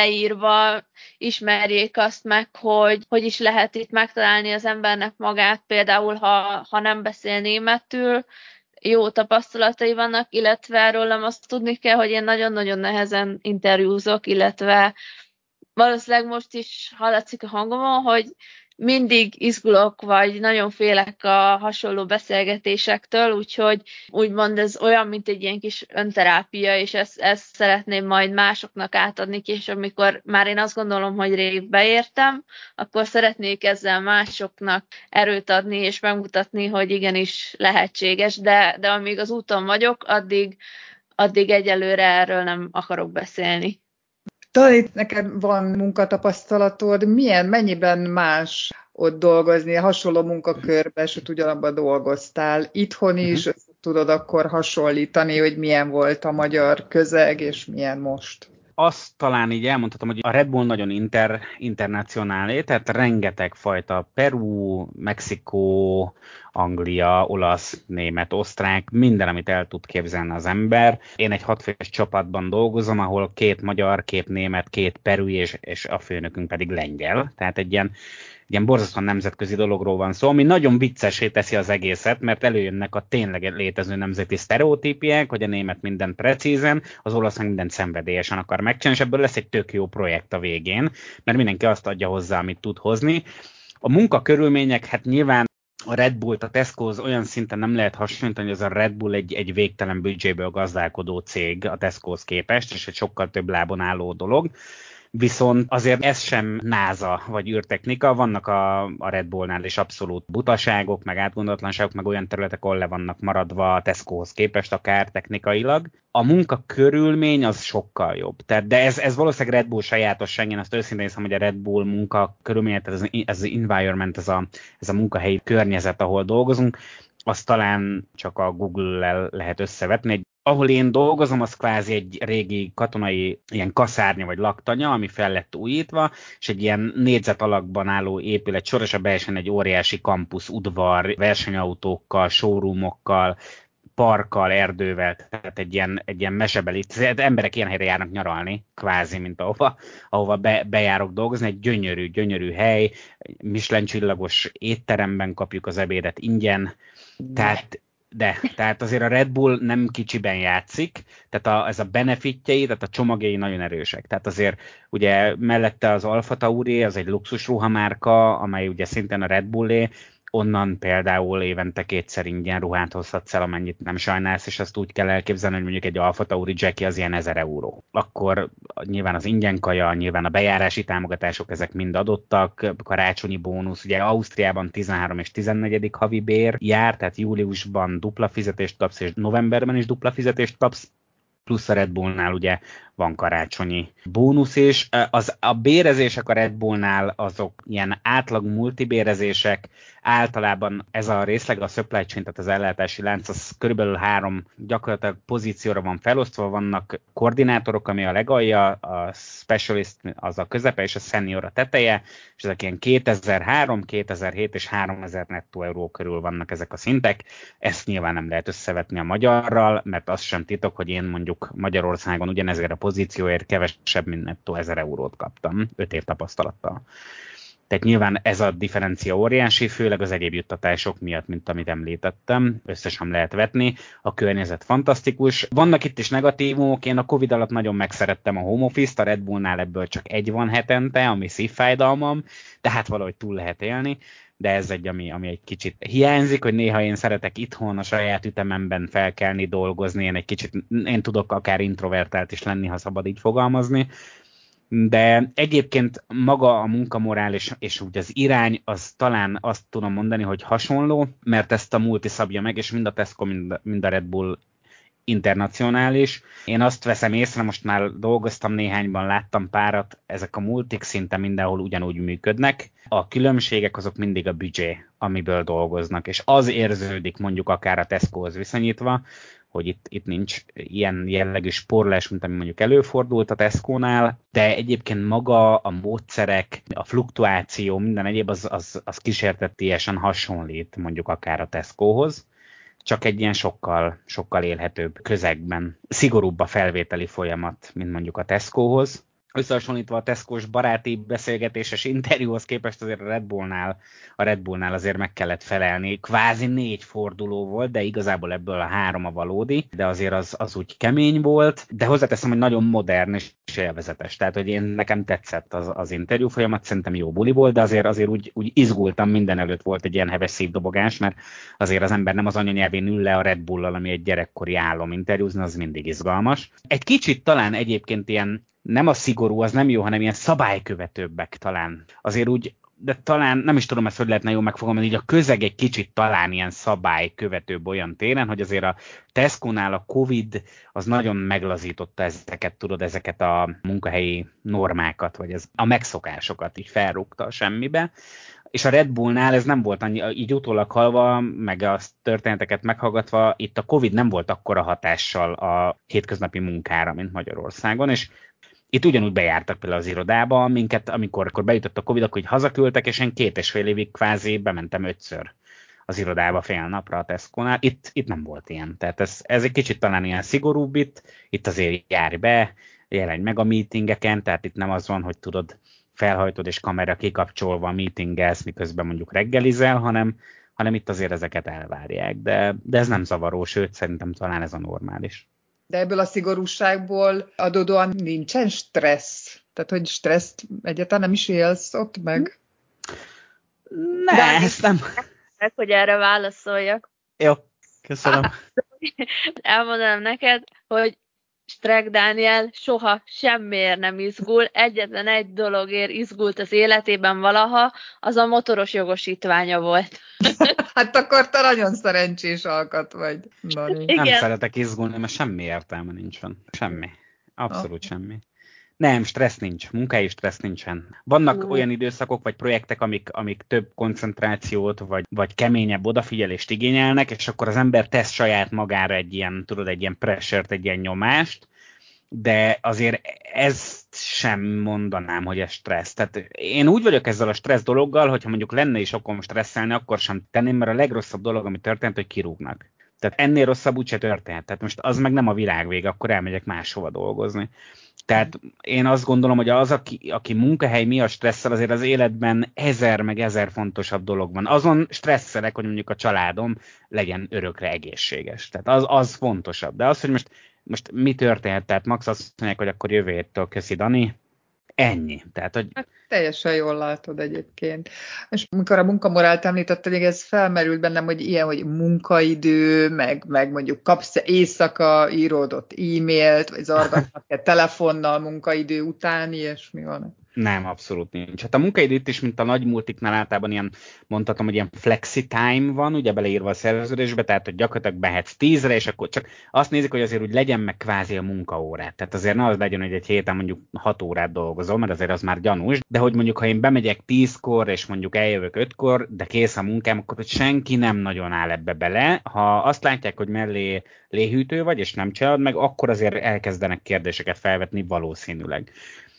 [SPEAKER 3] leírva ismerjék azt meg, hogy hogy is lehet itt megtalálni az embernek magát, például ha, ha nem beszél németül, jó tapasztalatai vannak, illetve rólam azt tudni kell, hogy én nagyon-nagyon nehezen interjúzok, illetve valószínűleg most is hallatszik a hangomon, hogy mindig izgulok, vagy nagyon félek a hasonló beszélgetésektől, úgyhogy úgymond ez olyan, mint egy ilyen kis önterápia, és ezt, ezt szeretném majd másoknak átadni, és amikor már én azt gondolom, hogy rég beértem, akkor szeretnék ezzel másoknak erőt adni, és megmutatni, hogy igenis lehetséges, de, de amíg az úton vagyok, addig, addig egyelőre erről nem akarok beszélni.
[SPEAKER 1] Talán itt neked van munkatapasztalatod, milyen, mennyiben más ott dolgozni, hasonló munkakörben, és ott ugyanabban dolgoztál. Itthon is uh-huh. tudod akkor hasonlítani, hogy milyen volt a magyar közeg, és milyen most?
[SPEAKER 2] Azt talán így elmondhatom, hogy a Red Bull nagyon inter, internacionálé, tehát rengeteg fajta Peru, Mexikó, Anglia, olasz, német, osztrák, minden, amit el tud képzelni az ember. Én egy hatfős csapatban dolgozom, ahol két magyar, két német, két perui, és, és a főnökünk pedig lengyel. Tehát egy ilyen ilyen borzasztóan nemzetközi dologról van szó, ami nagyon viccesé teszi az egészet, mert előjönnek a tényleg létező nemzeti sztereotípiák, hogy a német mindent precízen, az olasz meg mindent szenvedélyesen akar megcsinálni, és ebből lesz egy tök jó projekt a végén, mert mindenki azt adja hozzá, amit tud hozni. A munkakörülmények, hát nyilván a Red Bullt, a Tescohoz olyan szinten nem lehet hasonlítani, hogy az a Red Bull egy, egy végtelen büdzséből gazdálkodó cég a Tescohoz képest, és egy sokkal több lábon álló dolog. Viszont azért ez sem náza vagy űrtechnika, vannak a, a Red Bullnál is abszolút butaságok, meg átgondolatlanságok, meg olyan területek, ahol le vannak maradva a Tescohoz képest, akár technikailag. A munkakörülmény az sokkal jobb. Tehát, de ez, ez valószínűleg Red Bull sajátosság, én azt őszintén hiszem, hogy a Red Bull munkakörülmény, tehát ez, ez az environment, ez a, ez a munkahelyi környezet, ahol dolgozunk, azt talán csak a Google-lel lehet összevetni. Ahol én dolgozom, az kvázi egy régi katonai ilyen kaszárnya vagy laktanya, ami fel lett újítva, és egy ilyen négyzet alakban álló épület soros, a belsőn egy óriási kampusz, udvar, versenyautókkal, showroomokkal, parkkal, erdővel, tehát egy ilyen, egy ilyen mesebeli, emberek ilyen helyre járnak nyaralni, kvázi, mint ahova, ahova be, bejárok dolgozni, egy gyönyörű, gyönyörű hely, Michelin csillagos étteremben kapjuk az ebédet ingyen, tehát De, tehát azért a Red Bull nem kicsiben játszik, tehát a, ez a benefitjei, tehát a csomagjai nagyon erősek. Tehát azért ugye mellette az Alfa Tauri, az egy luxus ruhamárka, amely ugye szintén a Red Bullé, onnan például évente kétszer ingyen ruhát hozhatsz el, amennyit nem sajnálsz, és azt úgy kell elképzelni, hogy mondjuk egy Alfa Tauri Jackie az ilyen ezer euró. Akkor nyilván az ingyen kaja, nyilván a bejárási támogatások, ezek mind adottak, karácsonyi bónusz, ugye Ausztriában tizenhárom és tizennegyedik havi bér jár, tehát júliusban dupla fizetést kapsz, és novemberben is dupla fizetést kapsz, plusz a Red Bullnál ugye van karácsonyi bónusz is. Az, a bérezések a Red Bullnál azok ilyen átlag multibérezések, általában ez a részleg, a supply chain, tehát az ellátási lánc, az körülbelül három gyakorlatilag pozícióra van felosztva, vannak koordinátorok, ami a legalja, a specialist az a közepe, és a senior a teteje, és ezek ilyen kétezer-három, kétezer-hét és háromezer nettó euró körül vannak ezek a szintek. Ezt nyilván nem lehet összevetni a magyarral, mert az sem titok, hogy én mondjuk Magyarországon ugyanezért a pozícióért kevesebb, mint nettó ezer eurót kaptam, öt év tapasztalattal. Tehát nyilván ez a differencia óriási, főleg az egyéb juttatások miatt, mint amit említettem, össze sem lehet vetni, a környezet fantasztikus. Vannak itt is negatívumok, én a Covid alatt nagyon megszerettem a home office-t, a Red Bullnál ebből csak egy van hetente, ami szívfájdalmam, de hát valahogy túl lehet élni, de ez egy, ami, ami egy kicsit hiányzik, hogy néha én szeretek itthon a saját ütememben felkelni, dolgozni, én egy kicsit, én tudok akár introvertált is lenni, ha szabad így fogalmazni, de egyébként maga a munkamorál és, és úgy az irány, az talán azt tudom mondani, hogy hasonló, mert ezt a multi szabja meg, és mind a Tesco, mind, mind a Red Bull internacionális. Én azt veszem észre, most már dolgoztam néhányban, láttam párat, ezek a multik szinte mindenhol ugyanúgy működnek. A különbségek azok mindig a büdzsé, amiből dolgoznak, és az érződik mondjuk akár a Tescohoz viszonyítva, hogy itt, itt nincs ilyen jellegű spórolás, mint ami mondjuk előfordult a Tesco-nál, de egyébként maga a módszerek, a fluktuáció, minden egyéb az, az, az kísértetiesen hasonlít mondjuk akár a Tescohoz, csak egy ilyen sokkal, sokkal élhetőbb közegben. Szigorúbb a felvételi folyamat, mint mondjuk a Tescohoz. Összehasonlítva a Tesco-s baráti beszélgetéses interjúhoz képest azért a Red Bullnál, a Red Bullnál azért meg kellett felelni. Kvázi négy forduló volt, de igazából ebből a három a valódi, de azért az, az úgy kemény volt, de hozzáteszem, hogy nagyon modern és élvezetes. Tehát, hogy én nekem tetszett az, az interjú folyamat, szerintem jó buli volt, de azért, azért úgy, úgy izgultam, minden előtt volt egy ilyen heves szívdobogás, mert azért az ember nem az anyanyelvén ül le a Red Bull-al, ami egy gyerekkori álom interjúzni, az mindig izgalmas. Egy kicsit talán egyébként ilyen nem a szigorú, az nem jó, hanem ilyen szabálykövetőbbek talán. Azért úgy, de talán nem is tudom, ezt hogy lehetne jól megfogalmazni, így a közeg egy kicsit talán ilyen szabálykövetőbb olyan téren, hogy azért a Tesco-nál a Covid az nagyon meglazította ezeket, tudod, ezeket a munkahelyi normákat, vagy ez, a megszokásokat így felrúgta a semmibe. És a Red Bullnál ez nem volt annyi, így utólag halva, meg a történeteket meghallgatva, itt a Covid nem volt akkora hatással a hétköznapi munkára, mint Magyarországon, és itt ugyanúgy bejártak például az irodába, minket, amikor, amikor bejutott a Covid, akkor így hazaküldtek, és én két és fél évig kvázi bementem ötször az irodába fél napra a Tesco-nál. Itt, itt nem volt ilyen. Tehát ez, ez egy kicsit talán ilyen szigorúbb itt, itt azért járj be, jelenj meg a meetingeken, tehát itt nem az van, hogy tudod, felhajtod és kamera kikapcsolva meetingelsz, miközben mondjuk reggelizel, hanem, hanem itt azért ezeket elvárják. De, de ez nem zavaró, sőt, szerintem talán ez a normális.
[SPEAKER 1] De ebből a szigorúságból adódóan nincsen stressz? Tehát, hogy stresszt egyáltalán nem is élsz ott meg?
[SPEAKER 2] Ne,
[SPEAKER 3] De
[SPEAKER 2] ezt nem.
[SPEAKER 3] Meg, hogy erre válaszoljak.
[SPEAKER 2] Jó, köszönöm.
[SPEAKER 3] Elmondanám neked, hogy Streck Dániel soha semmiért nem izgul, egyetlen egy dologért izgult az életében valaha, az a motoros jogosítványa volt.
[SPEAKER 1] Hát akkor te nagyon szerencsés alkat vagy, Dani.
[SPEAKER 2] Nem szeretek izgulni, mert semmi értelme nincsen. Semmi. Abszolút semmi. Nem, stressz nincs, munkai stressz nincsen. Vannak uh. olyan időszakok vagy projektek, amik, amik több koncentrációt, vagy, vagy keményebb odafigyelést igényelnek, és akkor az ember tesz saját magára egy ilyen, tudod, egy ilyen pressure-t, egy ilyen nyomást, de azért ezt sem mondanám, hogy ez stressz. Tehát én úgy vagyok ezzel a stressz dologgal, hogyha mondjuk lenne is okom stresszelni, akkor sem tenném, mert a legrosszabb dolog, ami történt, hogy kirúgnak. Tehát ennél rosszabb úgyse történt. Tehát most az meg nem a világ vége, akkor elmegyek máshova dolgozni. Tehát én azt gondolom, hogy az, aki, aki munkahely miatt stresszel, azért az életben ezer meg ezer fontosabb dolog van. Azon stresszelek, hogy mondjuk a családom legyen örökre egészséges. Tehát az, az fontosabb. De az, hogy most, most mi történt, tehát max azt mondják, hogy akkor jövő héttől köszi, Dani, ennyi. Tehát, hogy...
[SPEAKER 1] Hát, teljesen jól látod egyébként. És amikor a munkamorált említetted, még ez felmerült bennem, hogy ilyen, hogy munkaidő, meg, meg mondjuk kapsz éjszaka íródott e-mailt, vagy zargatnak-e telefonnal munkaidő után, ilyesmi van.
[SPEAKER 2] Nem, abszolút nincs. Hát a munkaidő itt is, mint a nagy multiknál általában ilyen, mondhatom, hogy ilyen flexi time van, ugye beleírva a szerződésbe, tehát hogy gyakorlatilag behetsz tízre, és akkor csak azt nézik, hogy azért úgy legyen meg kvázi a munkaórát. Tehát azért ne az legyen, hogy egy héten mondjuk hat órát dolgozom, mert azért az már gyanús, de hogy mondjuk, ha én bemegyek tízkor, és mondjuk eljövök ötkor, de kész a munkám, akkor hogy senki nem nagyon áll ebbe bele. Ha azt látják, hogy mellé léhűtő vagy, és nem csinálod meg, akkor azért elkezdenek kérdéseket felvetni valószínűleg.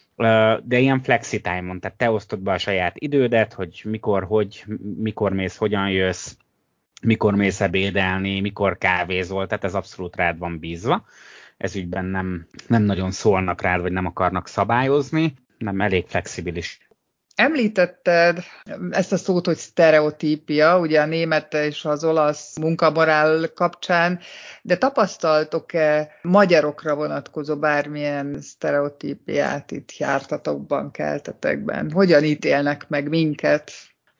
[SPEAKER 2] De ilyen flexi time-on, tehát te osztod be a saját idődet, hogy mikor, hogy, mikor mész, hogyan jössz, mikor mész ebédelni, mikor kávézol, tehát ez abszolút rád van bízva. Ez ügyben nem, nem nagyon szólnak rád, vagy nem akarnak szabályozni, nem elég flexibilis.
[SPEAKER 1] Említetted ezt a szót, hogy sztereotípia, ugye a német és az olasz munkamorál kapcsán, de tapasztaltok-e magyarokra vonatkozó bármilyen sztereotípiát itt jártatokban, keltetekben? Hogyan ítélnek meg minket?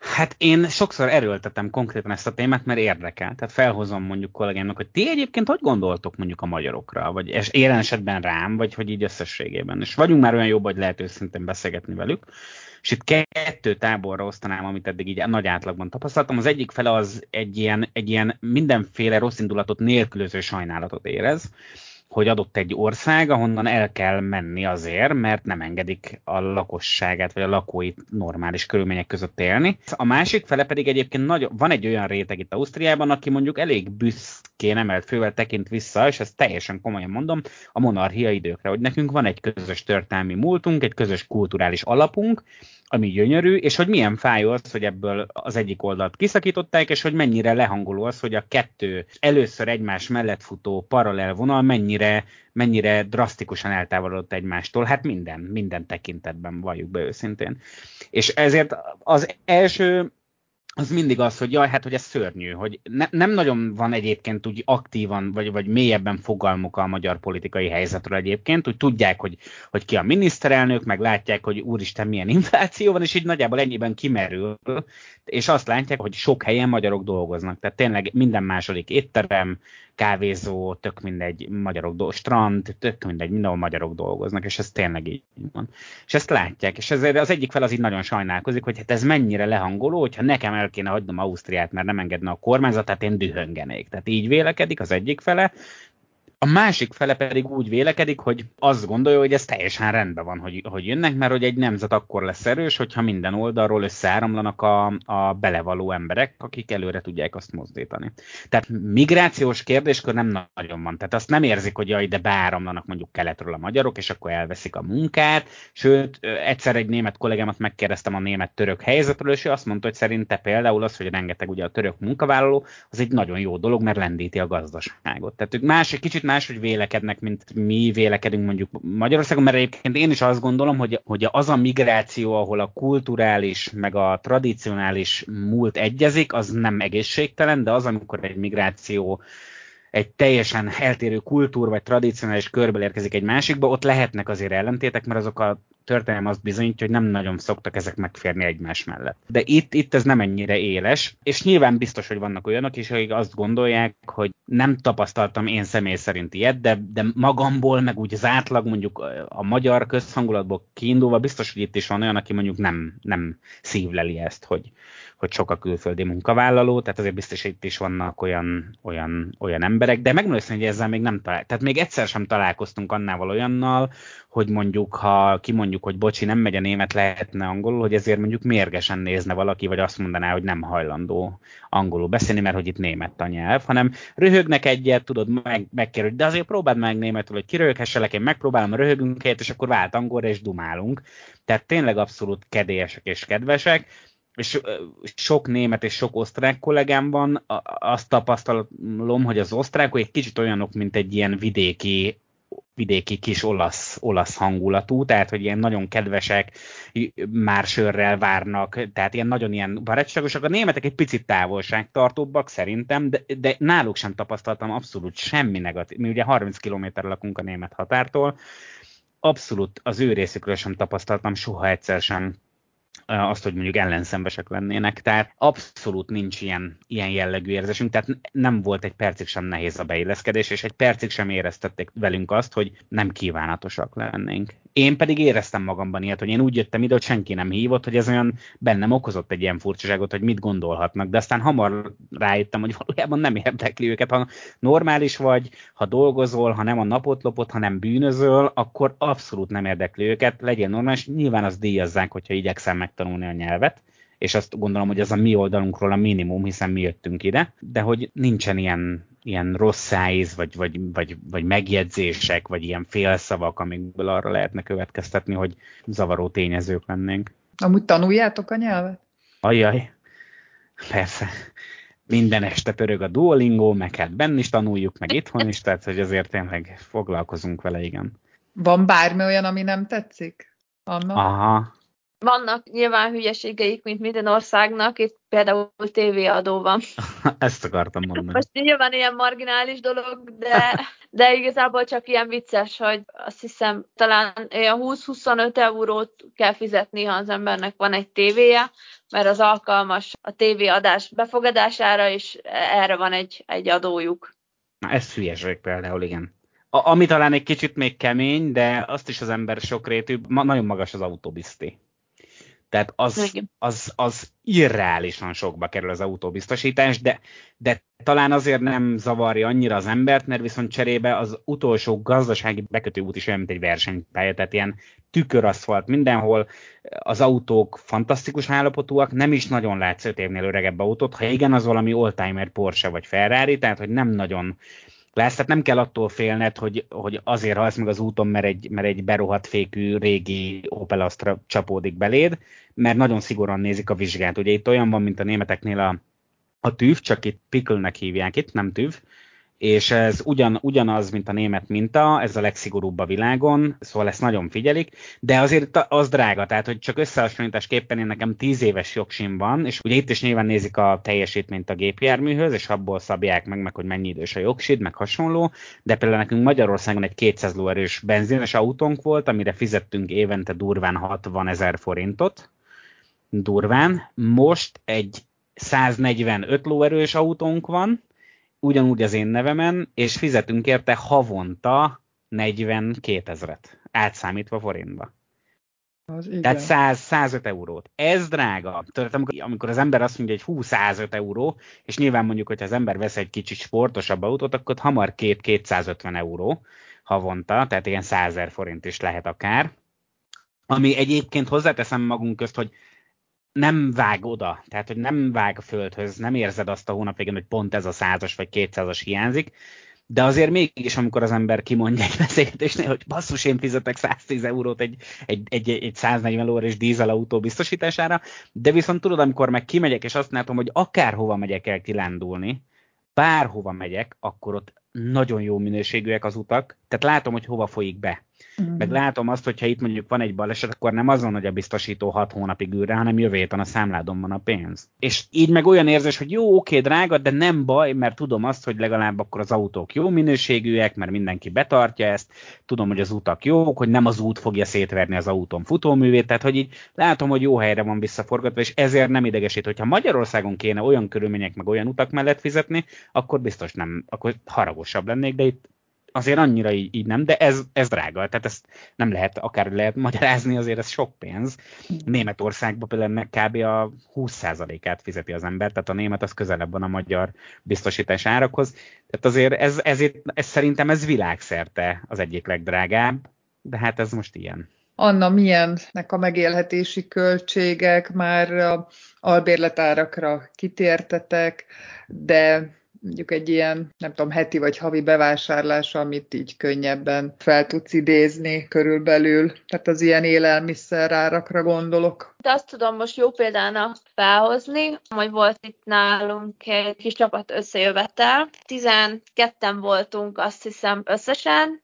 [SPEAKER 2] Hát én sokszor erőltetem konkrétan ezt a témát, mert érdekel. Tehát felhozom mondjuk kollégámnak, hogy ti egyébként hogy gondoltok mondjuk a magyarokra, vagy es- jelen esetben rám, vagy hogy így összességében. És vagyunk már olyan jobb, hogy lehet őszintén beszélgetni velük. És itt kettő táborra osztanám, amit eddig így nagy átlagban tapasztaltam. Az egyik fele az egy ilyen, egy ilyen mindenféle rossz indulatot nélkülöző sajnálatot érez, hogy adott egy ország, ahonnan el kell menni azért, mert nem engedik a lakosságát, vagy a lakóit normális körülmények között élni. A másik fele pedig egyébként nagy, van egy olyan réteg itt Ausztriában, aki mondjuk elég büszkén emelt fővel tekint vissza, és ezt teljesen komolyan mondom, a monarchia időkre, hogy nekünk van egy közös történelmi múltunk, egy közös kulturális alapunk, ami gyönyörű, és hogy milyen fájó az, hogy ebből az egyik oldalt kiszakították, és hogy mennyire lehangoló az, hogy a kettő először egymás mellett futó paralel vonal mennyire, mennyire drasztikusan eltávolodott egymástól. Hát minden, minden tekintetben, valljuk be őszintén. És ezért az első az mindig az, hogy jaj, hát hogy ez szörnyű, hogy ne, nem nagyon van egyébként úgy aktívan, vagy, vagy mélyebben fogalmuk a magyar politikai helyzetről egyébként, úgy tudják, hogy, hogy ki a miniszterelnök, meg látják, hogy úristen milyen infláció van, és így nagyjából ennyiben kimerül, és azt látják, hogy sok helyen magyarok dolgoznak, tehát tényleg minden második étterem, kávézó, tök mindegy, magyarok dolgoznak, strand, tök mindegy, mindenhol magyarok dolgoznak, és ez tényleg így van. És ezt látják, és ezért az egyik fel az így nagyon sajnálkozik, hogy hát ez mennyire lehangoló, hogyha nekem el kéne hagynom Ausztriát, mert nem engedne a kormányzat, tehát én dühöngenék. Tehát így vélekedik az egyik fele. A másik fele pedig úgy vélekedik, hogy azt gondolja, hogy ez teljesen rendben van, hogy, hogy jönnek, mert hogy egy nemzet akkor lesz erős, hogyha minden oldalról összeáramlanak a, a belevaló emberek, akik előre tudják azt mozdítani. Tehát migrációs kérdéskör nem nagyon van. Tehát azt nem érzik, hogy jaj, de beáramlanak mondjuk keletről a magyarok, és akkor elveszik a munkát. Sőt, egyszer egy német kollégámat megkérdeztem a német-török helyzetről, és ő azt mondta, hogy szerinte például az, hogy rengeteg ugye a török munkavállaló, az egy nagyon jó dolog, mert lendíti a gazdaságot. Tehát ők más, egy kicsit máshogy vélekednek, mint mi vélekedünk mondjuk Magyarországon, mert egyébként én is azt gondolom, hogy, hogy az a migráció, ahol a kulturális, meg a tradicionális múlt egyezik, az nem egészségtelen, de az, amikor egy migráció egy teljesen eltérő kultúr vagy tradicionális körből érkezik egy másikba, ott lehetnek azért ellentétek, mert azok a történelem azt bizonyítja, hogy nem nagyon szoktak ezek megférni egymás mellett. De itt, itt ez nem ennyire éles, és nyilván biztos, hogy vannak olyanok is, akik azt gondolják, hogy nem tapasztaltam én személy szerint ilyet, de, de magamból, meg úgy az átlag, mondjuk a magyar közhangulatból kiindulva, biztos, hogy itt is van olyan, aki mondjuk nem, nem szívleli ezt, hogy, hogy sok a külföldi munkavállaló, tehát azért biztos, hogy itt is vannak olyan, olyan, olyan emberek, de megmondom, hogy ezzel még nem talál. Tehát még egyszer sem találkoztunk annával olyannal, hogy mondjuk, ha kimondjuk, hogy bocsi, nem megy a német, lehetne angolul, hogy ezért mondjuk mérgesen nézne valaki, vagy azt mondaná, hogy nem hajlandó angolul beszélni, mert hogy itt német a nyelv, hanem röhögnek egyet, tudod, meg, megkérdez, de azért próbáld meg németül, hogy kiröhöghesselek, én megpróbálom, röhögünk helyet, és akkor vált angolra, és dumálunk. Tehát tényleg abszolút kedélyesek és kedvesek, és sok német és sok osztrák kollégám van, azt tapasztalom, hogy az osztrákok egy kicsit olyanok, mint egy ilyen vidéki, vidéki kis olasz, olasz hangulatú, tehát hogy ilyen nagyon kedvesek, már sörrel várnak, tehát ilyen nagyon ilyen barátságosak. A németek egy picit távolságtartóbbak szerintem, de, de náluk sem tapasztaltam abszolút semmi negatív. Mi ugye harminc kilométerre lakunk a német határtól, abszolút az ő részükről sem tapasztaltam soha egyszer sem azt, hogy mondjuk ellenszembesek lennének, tehát abszolút nincs ilyen, ilyen jellegű érzésünk, tehát nem volt egy percig sem nehéz a beilleszkedés, és egy percig sem éreztették velünk azt, hogy nem kívánatosak lennénk. Én pedig éreztem magamban ilyet, hogy én úgy jöttem ide, hogy senki nem hívott, hogy ez olyan bennem okozott egy ilyen furcsaságot, hogy mit gondolhatnak, de aztán hamar rájöttem, hogy valójában nem érdekli őket. Ha normális vagy, ha dolgozol, ha nem a napot lopod, ha nem bűnözöl, akkor abszolút nem érdekli őket, legyél normális, nyilván azt díjazzák, hogyha igyekszel megtanulni a nyelvet, és azt gondolom, hogy az a mi oldalunkról a minimum, hiszen mi jöttünk ide, de hogy nincsen ilyen, ilyen rossz szájíz, vagy, vagy, vagy, vagy megjegyzések, vagy ilyen félszavak, amikből arra lehetne következtetni, hogy zavaró tényezők lennénk.
[SPEAKER 1] Amúgy tanuljátok a nyelvet?
[SPEAKER 2] Ajjaj, persze. Minden este pörög a Duolingo, meg hát benn is tanuljuk, meg itthon is, tehát hogy azért tényleg foglalkozunk vele, igen.
[SPEAKER 1] Van bármi olyan, ami nem tetszik? Anna?
[SPEAKER 2] Aha.
[SPEAKER 3] Vannak nyilván hülyeségeik, mint minden országnak, itt például tévéadó van.
[SPEAKER 2] Ezt akartam mondani.
[SPEAKER 3] Most nyilván ilyen marginális dolog, de, de igazából csak ilyen vicces, hogy azt hiszem talán olyan húsz-huszonöt eurót kell fizetni, ha az embernek van egy tévéje, mert az alkalmas a tévéadás befogadására, és erre van egy, egy adójuk.
[SPEAKER 2] Na, ez hülyeség például, igen. A, ami talán egy kicsit még kemény, de azt is az ember sokrétű, ma, nagyon magas az autóbizti. Tehát az, az, az irreálisan sokba kerül az autóbiztosítás, de, de talán azért nem zavarja annyira az embert, mert viszont cserébe az utolsó gazdasági bekötőút is olyan, mint egy versenypálya, tehát ilyen tüköraszfalt mindenhol, az autók fantasztikus állapotúak, nem is nagyon látsz öt évnél öregebb autót, ha igen, az valami oldtimer Porsche vagy Ferrari, tehát hogy nem nagyon látsz, tehát nem kell attól félned, hogy, hogy azért halsz meg az úton, mert egy, mert egy berohadt fékű régi Opel Astra csapódik beléd, mert nagyon szigorúan nézik a vizsgát. Ugye itt olyan van, mint a németeknél a, a tűv, csak itt pickle-nek hívják itt, nem tűv, és ez ugyan, ugyanaz, mint a német minta, ez a legszigorúbb a világon, szóval ezt nagyon figyelik, de azért az drága, tehát hogy csak összehasonlításképpen én nekem tíz éves jogsim van, és ugye itt is nyilván nézik a teljesítményt a gépjárműhöz, és abból szabják meg, meg hogy mennyi idős a jogsid, meg hasonló, de például nekünk Magyarországon egy kétszáz lóerős benzines autónk volt, amire fizettünk évente durván hatvanezer forintot, durván, most egy száznegyvenöt lóerős autónk van, ugyanúgy az én nevemen, és fizetünk érte havonta negyvenkétezret, átszámítva forintba.
[SPEAKER 1] Az igen.
[SPEAKER 2] Tehát száz, százöt eurót. Ez drága. Tehát amikor, amikor az ember azt mondja, hogy hú, százöt euró, és nyilván mondjuk, hogyha az ember vesz egy kicsit sportosabb autót, akkor hamar két-kétszázötven euró havonta, tehát ilyen százezer forint is lehet akár. Ami egyébként hozzáteszem magunk közt, hogy nem vág oda, tehát hogy nem vág a földhöz, nem érzed azt a hónap végén, hogy pont ez a százas vagy kétszázas hiányzik, de azért mégis, amikor az ember kimondja egy beszélgetésnél, hogy basszus, én fizetek száztíz eurót egy, egy, egy, egy száznegyven lóerős dízelautó biztosítására, de viszont tudod, amikor meg kimegyek, és azt látom, hogy akárhova megyek el kilándulni, bárhova megyek, akkor ott nagyon jó minőségűek az utak, tehát látom, hogy hova folyik be. Mm. Meg látom azt, hogyha itt mondjuk van egy baleset, akkor nem azon, hogy a biztosító hat hónapig ül rá, hanem jövő héten a számládon van a pénz. És így meg olyan érzés, hogy jó, oké, drága, de nem baj, mert tudom azt, hogy legalább akkor az autók jó minőségűek, mert mindenki betartja ezt, tudom, hogy az utak jók, hogy nem az út fogja szétverni az autón futóművét, tehát hogy így látom, hogy jó helyre van visszaforgatva, és ezért nem idegesít, hogyha Magyarországon kéne olyan körülmények, meg olyan utak mellett fizetni, akkor biztos nem, akkor haragosabb lennék, de itt azért annyira így, így nem, de ez, ez drága, tehát ezt nem lehet, akár lehet magyarázni, azért ez sok pénz. Németországban például kb. A húsz százalékát fizeti az ember, tehát a német az közelebb van a magyar biztosítás árakhoz. Tehát azért ez, ezért, ez szerintem ez világszerte az egyik legdrágább, de hát ez most ilyen.
[SPEAKER 1] Anna, milyennek a megélhetési költségek, már a albérletárakra kitértetek, de mondjuk egy ilyen, nem tudom, heti vagy havi bevásárlás, amit így könnyebben fel tudsz idézni körülbelül. Tehát az ilyen élelmiszerárakra gondolok.
[SPEAKER 3] De azt tudom most jó példának felhozni, hogy volt itt nálunk egy kis csapat összejövetel. tizenketten voltunk, azt hiszem, összesen,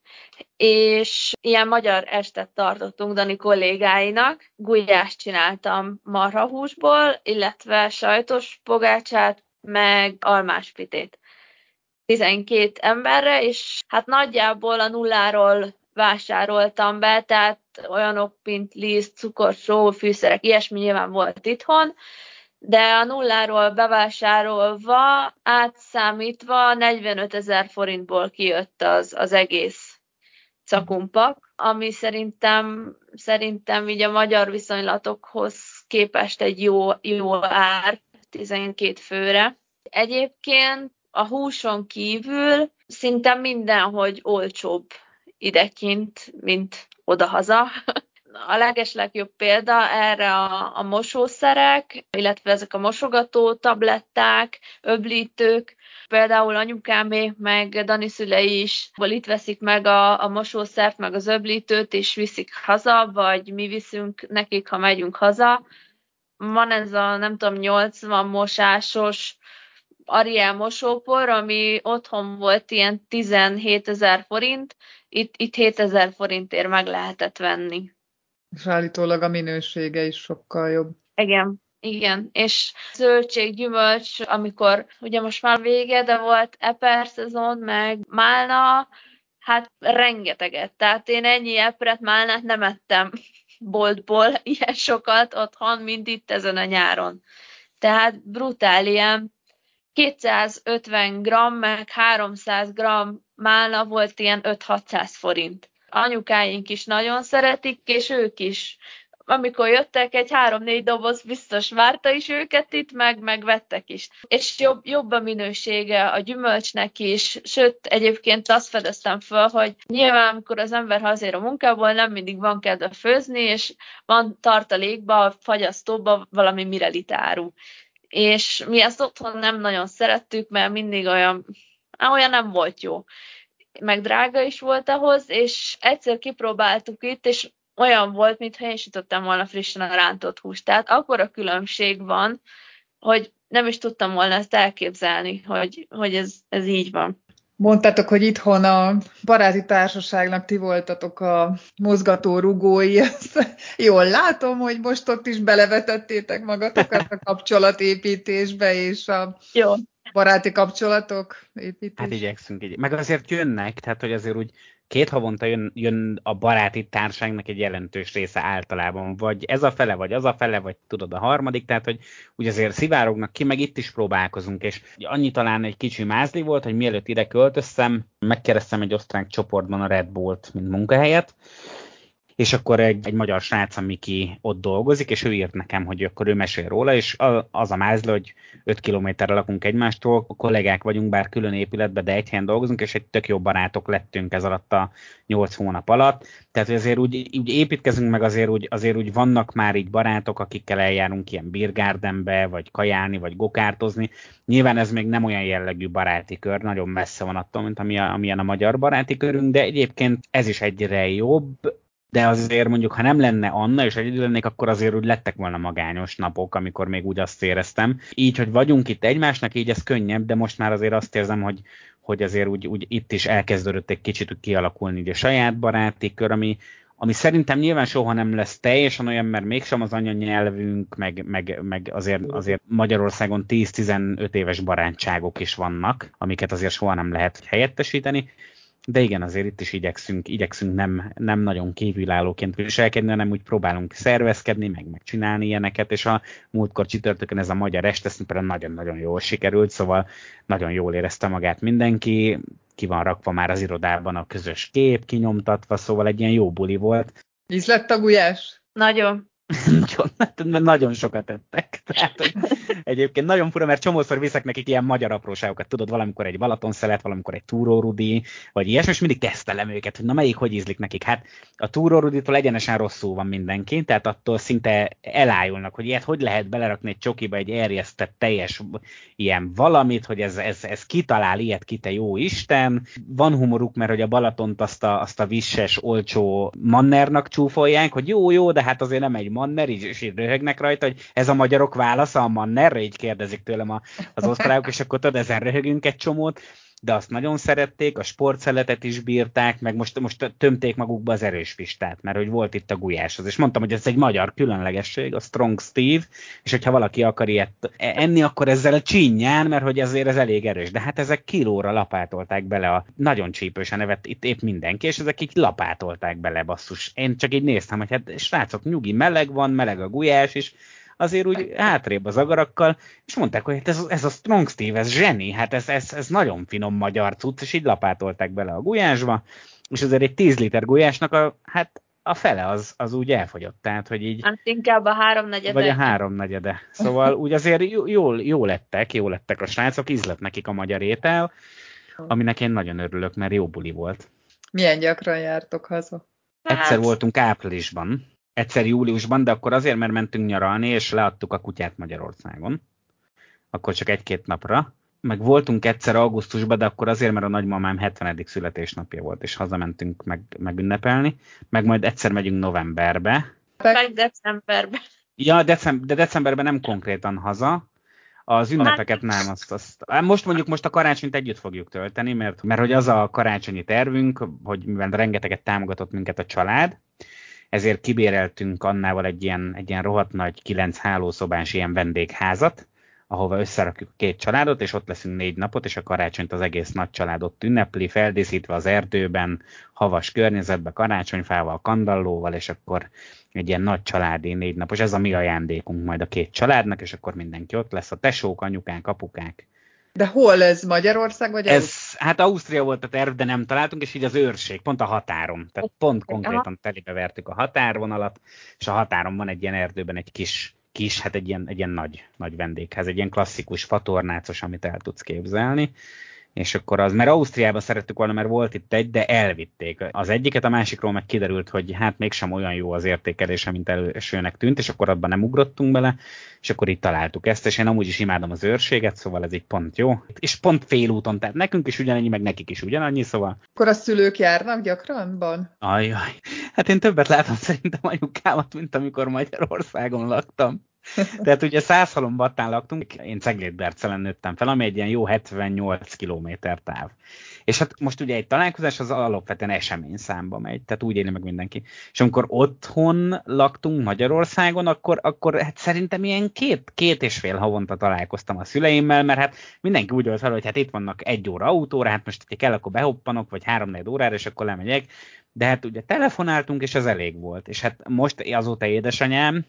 [SPEAKER 3] és ilyen magyar estet tartottunk Dani kollégáinak. Gulyást csináltam marhahúsból, illetve sajtos pogácsát, meg almáspitét. tizenkét emberre, és hát nagyjából a nulláról vásároltam be, tehát olyanok, mint liszt, cukor, só, fűszerek, ilyesmi nyilván volt itthon, de a nulláról bevásárolva, átszámítva negyvenötezer forintból kijött az, az egész cakumpak, ami szerintem, szerintem így a magyar viszonylatokhoz képest egy jó, jó ár tizenkét főre. Egyébként a húson kívül szinte mindenhogy olcsóbb idekint, mint odahaza. A legeslegjobb példa erre a, a mosószerek, illetve ezek a mosogató tabletták, öblítők. Például anyukámék meg Dani szülei is itt veszik meg a, a mosószert, meg az öblítőt, és viszik haza, vagy mi viszünk nekik, ha megyünk haza. Van ez a, nem tudom, nyolcvan mosásos Ariel mosópor, ami otthon volt ilyen tizenhétezer forint, itt, itt hétezer forintért meg lehetett venni.
[SPEAKER 1] És állítólag a minősége is sokkal jobb.
[SPEAKER 3] Igen, igen. És zöldség, gyümölcs, amikor ugye most már vége, de volt eper szezon, meg málna, hát rengeteget. Tehát én ennyi epret, málnát nem ettem boltból ilyen sokat otthon, mint itt ezen a nyáron. Tehát brutál ilyen kétszázötven gramm, meg háromszáz gramm málna volt ilyen öt-hatszáz forint. Anyukáink is nagyon szeretik, és ők is. Amikor jöttek, egy három-négy doboz biztos várta is őket itt, meg megvettek is. És jobb, jobb a minősége a gyümölcsnek is, sőt, egyébként azt fedeztem föl, hogy nyilván, amikor az ember hazér a munkából, nem mindig van kedve főzni, és van tartalékba, fagyasztóba valami mirelit áru. És mi ezt otthon nem nagyon szerettük, mert mindig olyan, olyan nem volt jó. Meg drága is volt ahhoz, és egyszer kipróbáltuk itt, és olyan volt, mintha én sütöttem volna frissen a rántott húst. Tehát akkora különbség van, hogy nem is tudtam volna ezt elképzelni, hogy, hogy ez, ez így van.
[SPEAKER 1] Mondtátok, hogy itthon a baráti társaságnak ti voltatok a mozgató rugói. Jól látom, hogy most ott is belevetettétek magatokat a kapcsolatépítésbe és a
[SPEAKER 3] Jó.
[SPEAKER 1] baráti kapcsolatok építésbe.
[SPEAKER 2] Hát igyekszünk így. Meg azért jönnek, tehát hogy azért úgy két havonta jön, jön a baráti társágnak egy jelentős része általában, vagy ez a fele, vagy az a fele, vagy tudod a harmadik, tehát hogy úgy azért szivárognak ki, meg itt is próbálkozunk, és annyi talán egy kicsi mázli volt, hogy mielőtt ide költöztem, megkeresztem egy osztrák csoportban a Red Bullt, mint munkahelyet, és akkor egy, egy magyar srác, Miki ott dolgozik, és ő írt nekem, hogy akkor ő mesél róla, és az a mázli, hogy öt kilométerre lakunk egymástól, a kollégák vagyunk, bár külön épületben, de egy helyen dolgozunk, és egy tök jó barátok lettünk ez alatt a nyolc hónap alatt. Tehát, hogy azért úgy, úgy építkezünk, meg azért úgy, azért úgy vannak már így barátok, akikkel eljárunk ilyen Biergartenbe, vagy kajálni, vagy gokártozni. Nyilván ez még nem olyan jellegű baráti kör, nagyon messze van attól, mint amilyen a magyar baráti körünk, de egyébként ez is egyre jobb. De azért mondjuk, ha nem lenne Anna, és egyedül lennék, akkor azért úgy lettek volna magányos napok, amikor még úgy azt éreztem. Így, hogy vagyunk itt egymásnak, így ez könnyebb, de most már azért azt érzem, hogy, hogy azért úgy, úgy itt is elkezdődött egy kicsit úgy kialakulni így a saját baráti kör, ami, ami szerintem nyilván soha nem lesz teljesen olyan, mert mégsem az anyanyelvünk, meg, meg, meg azért, azért Magyarországon tíz-tizenöt éves barátságok is vannak, amiket azért soha nem lehet helyettesíteni. De igen, azért itt is igyekszünk, igyekszünk nem, nem nagyon kívülállóként viselkedni, hanem úgy próbálunk szervezkedni, meg megcsinálni ilyeneket, és a múltkor csütörtökön ez a magyar este, ez például nagyon-nagyon jól sikerült, szóval nagyon jól érezte magát mindenki, ki van rakva már az irodában a közös kép, kinyomtatva, szóval egy ilyen jó buli volt.
[SPEAKER 1] Íz lett a gulyás?
[SPEAKER 3] Nagyon.
[SPEAKER 2] nagyon, nagyon sokat ettek. Tehát, egyébként nagyon fura, mert csomószor viszek nekik ilyen magyar apróságokat. Tudod, valamikor egy Balatonszelet, valamikor egy túrórudi, vagy ilyesmi, és mindig tesztelem őket, hogy na melyik hogy ízlik nekik. Hát a túróruditól egyenesen rosszul van mindenki, tehát attól szinte elájulnak, hogy ilyet hogy lehet belerakni egy csokiba egy erjesztett teljes ilyen valamit, hogy ez, ez, ez kitalál ilyet ki, te jó Isten. Van humoruk, mert hogy a Balatont azt a, azt a visses, olcsó mannernak csúfolják, hogy jó, jó, de hát azért nem egy manner, így, és így röhögnek rajta, hogy ez a magyarok válasza a mannerre, így kérdezik tőlem a, az osztrákok, és akkor tudod, ezen röhögünk egy csomót, de azt nagyon szerették, a sportszeletet is bírták, meg most, most tömték magukba az erős pistát, mert hogy volt itt a gulyáshoz, és mondtam, hogy ez egy magyar különlegesség, a Strong Steve, és hogyha valaki akar ilyet enni, akkor ezzel a csínyán, mert hogy ezért ez elég erős, de hát ezek kilóra lapátolták bele, a nagyon csípősen nevet itt épp mindenki, és ezek így lapátolták bele, basszus. Én csak így néztem, hogy hát srácok, nyugi, meleg van, meleg a gulyás is, azért úgy hátrébb az agarakkal, és mondták, hogy ez, ez a Strong Steve, ez zseni, hát ez, ez, ez nagyon finom magyar cucc, és így lapátolták bele a gulyásba, és azért egy tíz liter gulyásnak a, hát a fele az, az úgy elfogyott, tehát, hogy így...
[SPEAKER 3] Hát inkább a háromnegyede.
[SPEAKER 2] Vagy a háromnegyede. Szóval úgy azért jól, jó lettek, jó lettek a srácok, ízlett nekik a magyar étel, aminek én nagyon örülök, mert jó buli volt.
[SPEAKER 1] Milyen gyakran jártok haza?
[SPEAKER 2] Egyszer hát... voltunk áprilisban, egyszer júliusban, de akkor azért, mert mentünk nyaralni, és leadtuk a kutyát Magyarországon. Akkor csak egy-két napra. Meg voltunk egyszer augusztusban, de akkor azért, mert a nagymamám hetvenedik születésnapja volt, és hazamentünk meg, megünnepelni. Meg majd egyszer megyünk novemberbe.
[SPEAKER 3] Meg decemberbe.
[SPEAKER 2] Ja, december, de decemberben nem konkrétan haza. Az ünnepeket nem, azt, azt. Most mondjuk most a karácsonyt együtt fogjuk tölteni, mert, mert hogy az a karácsonyi tervünk, hogy mivel rengeteget támogatott minket a család, ezért kibéreltünk Annával egy ilyen, egy ilyen rohadt nagy kilenc hálószobás ilyen vendégházat, ahova összerakjuk a két családot, és ott leszünk négy napot, és a karácsonyt az egész nagy családot ünnepli, feldíszítve az erdőben, havas környezetben, karácsonyfával, kandallóval, és akkor egy ilyen nagy családi négy napos, ez a mi ajándékunk majd a két családnak, és akkor mindenki ott lesz, a tesók, anyukánk, apukák.
[SPEAKER 1] De hol ez? Magyarország vagy
[SPEAKER 2] ez? Hát Ausztria volt a terv, de nem találtunk, és így az őrség, pont a határon. Tehát pont konkrétan telibe vertük a határvonalat, és a határon van egy ilyen erdőben egy kis, kis hát egy ilyen, egy ilyen nagy, nagy vendégház, egy ilyen klasszikus fatornácos, amit el tudsz képzelni. És akkor az, mert Ausztriában szerettük volna, mert volt itt egy, de elvitték az egyiket, a másikról meg kiderült, hogy hát mégsem olyan jó az értékelése, mint elsőnek tűnt, és akkor abban nem ugrottunk bele, és akkor itt találtuk ezt, és én amúgy is imádom az őrséget, szóval ez így pont jó. És pont félúton, tehát nekünk is ugyanannyi, meg nekik is ugyanannyi, szóval.
[SPEAKER 1] Akkor a szülők járnak gyakranban?
[SPEAKER 2] Ajjaj, hát én többet látom szerintem anyukámat, mint amikor Magyarországon laktam. Tehát ugye Szászhalombattán laktunk, én Ceglétbercelen nőttem fel, ami egy ilyen jó hetvennyolc kilométer táv. És hát most ugye egy találkozás az alapvetően eseményszámba megy, tehát úgy éli meg mindenki. És amikor otthon laktunk Magyarországon, akkor, akkor hát szerintem ilyen két, két és fél havonta találkoztam a szüleimmel, mert hát mindenki úgy volt fel, hogy hát itt vannak egy óra autóra, hát most, hogyha kell, akkor behoppanok, vagy három-négy órára, és akkor lemegyek. De hát ugye telefonáltunk, és az elég volt. És hát most azóta édesanyám,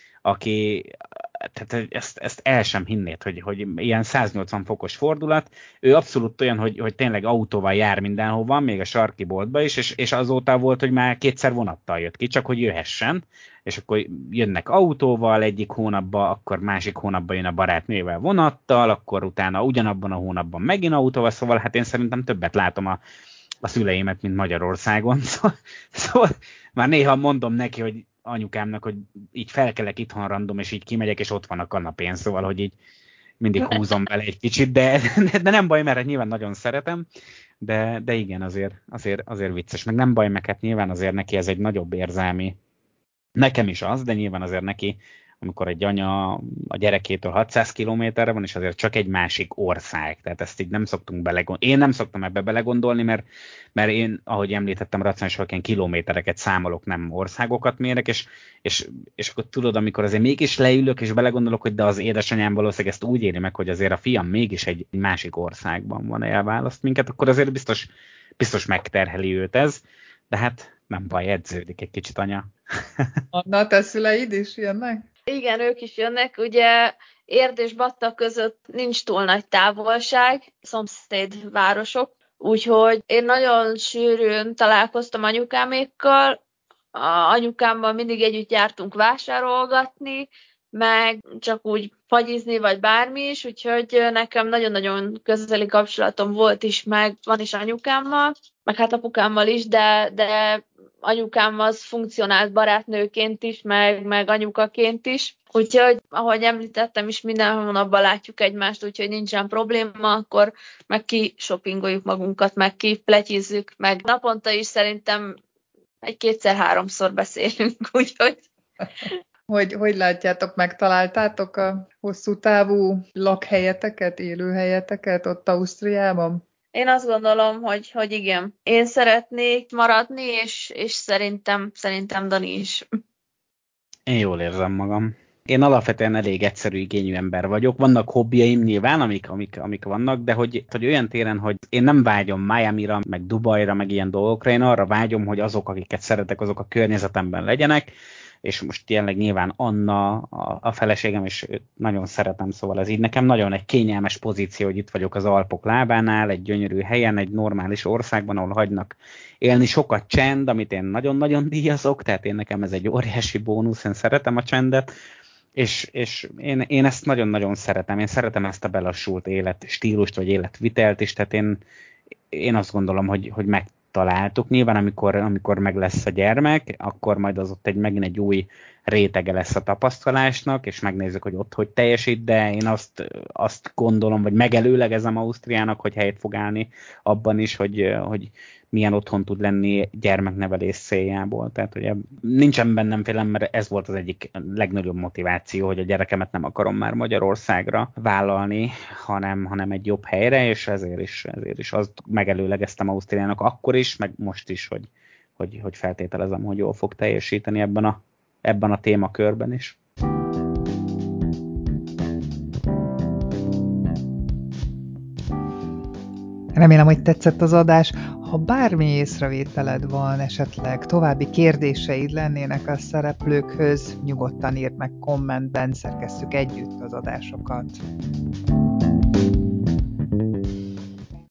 [SPEAKER 2] aki, tehát ezt, ezt el sem hinnéd, hogy, hogy ilyen száznyolcvan fokos fordulat, ő abszolút olyan, hogy, hogy tényleg autóval jár mindenhova, még a sarki boltba is, és, és azóta volt, hogy már kétszer vonattal jött ki, csak hogy jöhessen, és akkor jönnek autóval egyik hónapban, akkor másik hónapban jön a barátnővel vonattal, akkor utána ugyanabban a hónapban megint autóval, szóval hát én szerintem többet látom a, a szüleimet, mint Magyarországon, szóval, szóval már néha mondom neki, hogy anyukámnak, hogy így felkelek itthon random, és így kimegyek, és ott van a kanapén, szóval, hogy így mindig húzom bele egy kicsit, de, de nem baj, mert nyilván nagyon szeretem, de, de igen, azért, azért, azért vicces, meg nem baj, meg hát nyilván azért neki ez egy nagyobb érzelmi, nekem is az, de nyilván azért neki, amikor egy anya a gyerekétől hatszáz kilométerre van, és azért csak egy másik ország, tehát ezt így nem szoktunk belegondolni. Én nem szoktam ebbe belegondolni, mert, mert én, ahogy említettem, racionálisan ilyen kilométereket számolok, nem országokat mérek, és, és, és akkor tudod, amikor azért mégis leülök, és belegondolok, hogy de az édesanyám valószínűleg ezt úgy éri meg, hogy azért a fiam mégis egy másik országban van, elválaszt minket, akkor azért biztos, biztos megterheli őt ez, de hát nem baj, edződik egy kicsit anya.
[SPEAKER 1] Anna, te szüleid is jönnek?
[SPEAKER 3] Igen, ők is jönnek. Ugye Érd és Batta között nincs túl nagy távolság, szomszéd városok, úgyhogy én nagyon sűrűn találkoztam anyukámékkal. A anyukámmal mindig együtt jártunk vásárolgatni, meg csak úgy fagyizni, vagy bármi is, úgyhogy nekem nagyon-nagyon közeli kapcsolatom volt is, meg van is anyukámmal, meg hát apukámmal is, de, de anyukám az funkcionált barátnőként is, meg, meg anyukaként is. Úgyhogy, ahogy említettem is, minden hónapban látjuk egymást, úgyhogy nincsen probléma, akkor meg ki shoppingoljuk magunkat, meg ki pletyizzük, meg naponta is szerintem egy kétszer-háromszor beszélünk, úgyhogy...
[SPEAKER 1] Hogy, hogy látjátok, megtaláltátok a hosszú távú lakhelyeteket, élőhelyeteket ott Ausztriában?
[SPEAKER 3] Én azt gondolom, hogy, hogy igen. Én szeretnék maradni, és, és szerintem, szerintem Dani is.
[SPEAKER 2] Én jól érzem magam. Én alapvetően elég egyszerű igényű ember vagyok. Vannak hobbiaim nyilván, amik, amik, amik vannak, de hogy, hogy olyan téren, hogy én nem vágyom Miamira, meg Dubajra, meg ilyen dolgokra, én arra vágyom, hogy azok, akiket szeretek, azok a környezetemben legyenek, és most tényleg nyilván Anna, a, a feleségem, és őt nagyon szeretem, szóval ez így nekem nagyon egy kényelmes pozíció, hogy itt vagyok az Alpok lábánál, egy gyönyörű helyen, egy normális országban, ahol hagynak élni, sokat csend, amit én nagyon-nagyon díjazok, tehát én nekem ez egy óriási bónusz, én szeretem a csendet, és, és én, én ezt nagyon-nagyon szeretem, én szeretem ezt a belassult életstílust, vagy életvitelt is, tehát én, én azt gondolom, hogy, hogy meg találtuk. Nyilván, amikor, amikor meg lesz a gyermek, akkor majd az ott egy, megint egy új rétege lesz a tapasztalásnak, és megnézzük, hogy ott hogy teljesít, de én azt, azt gondolom, vagy megelőlegezem Ausztriának, hogy helyet fog állni abban is, hogy, hogy milyen otthon tud lenni gyermeknevelés céljából. Tehát ugye nincsen bennem félem, mert ez volt az egyik legnagyobb motiváció, hogy a gyerekemet nem akarom már Magyarországra vállalni, hanem, hanem egy jobb helyre, és ezért is, ezért is azt megelőlegeztem Ausztriának akkor is, meg most is, hogy, hogy, hogy feltételezem, hogy jól fog teljesíteni ebben a, ebben a témakörben is.
[SPEAKER 1] Remélem, hogy tetszett az adás. Ha bármi észrevételed van, esetleg további kérdéseid lennének a szereplőkhöz, nyugodtan írd meg kommentben, szerkesszük együtt az adásokat.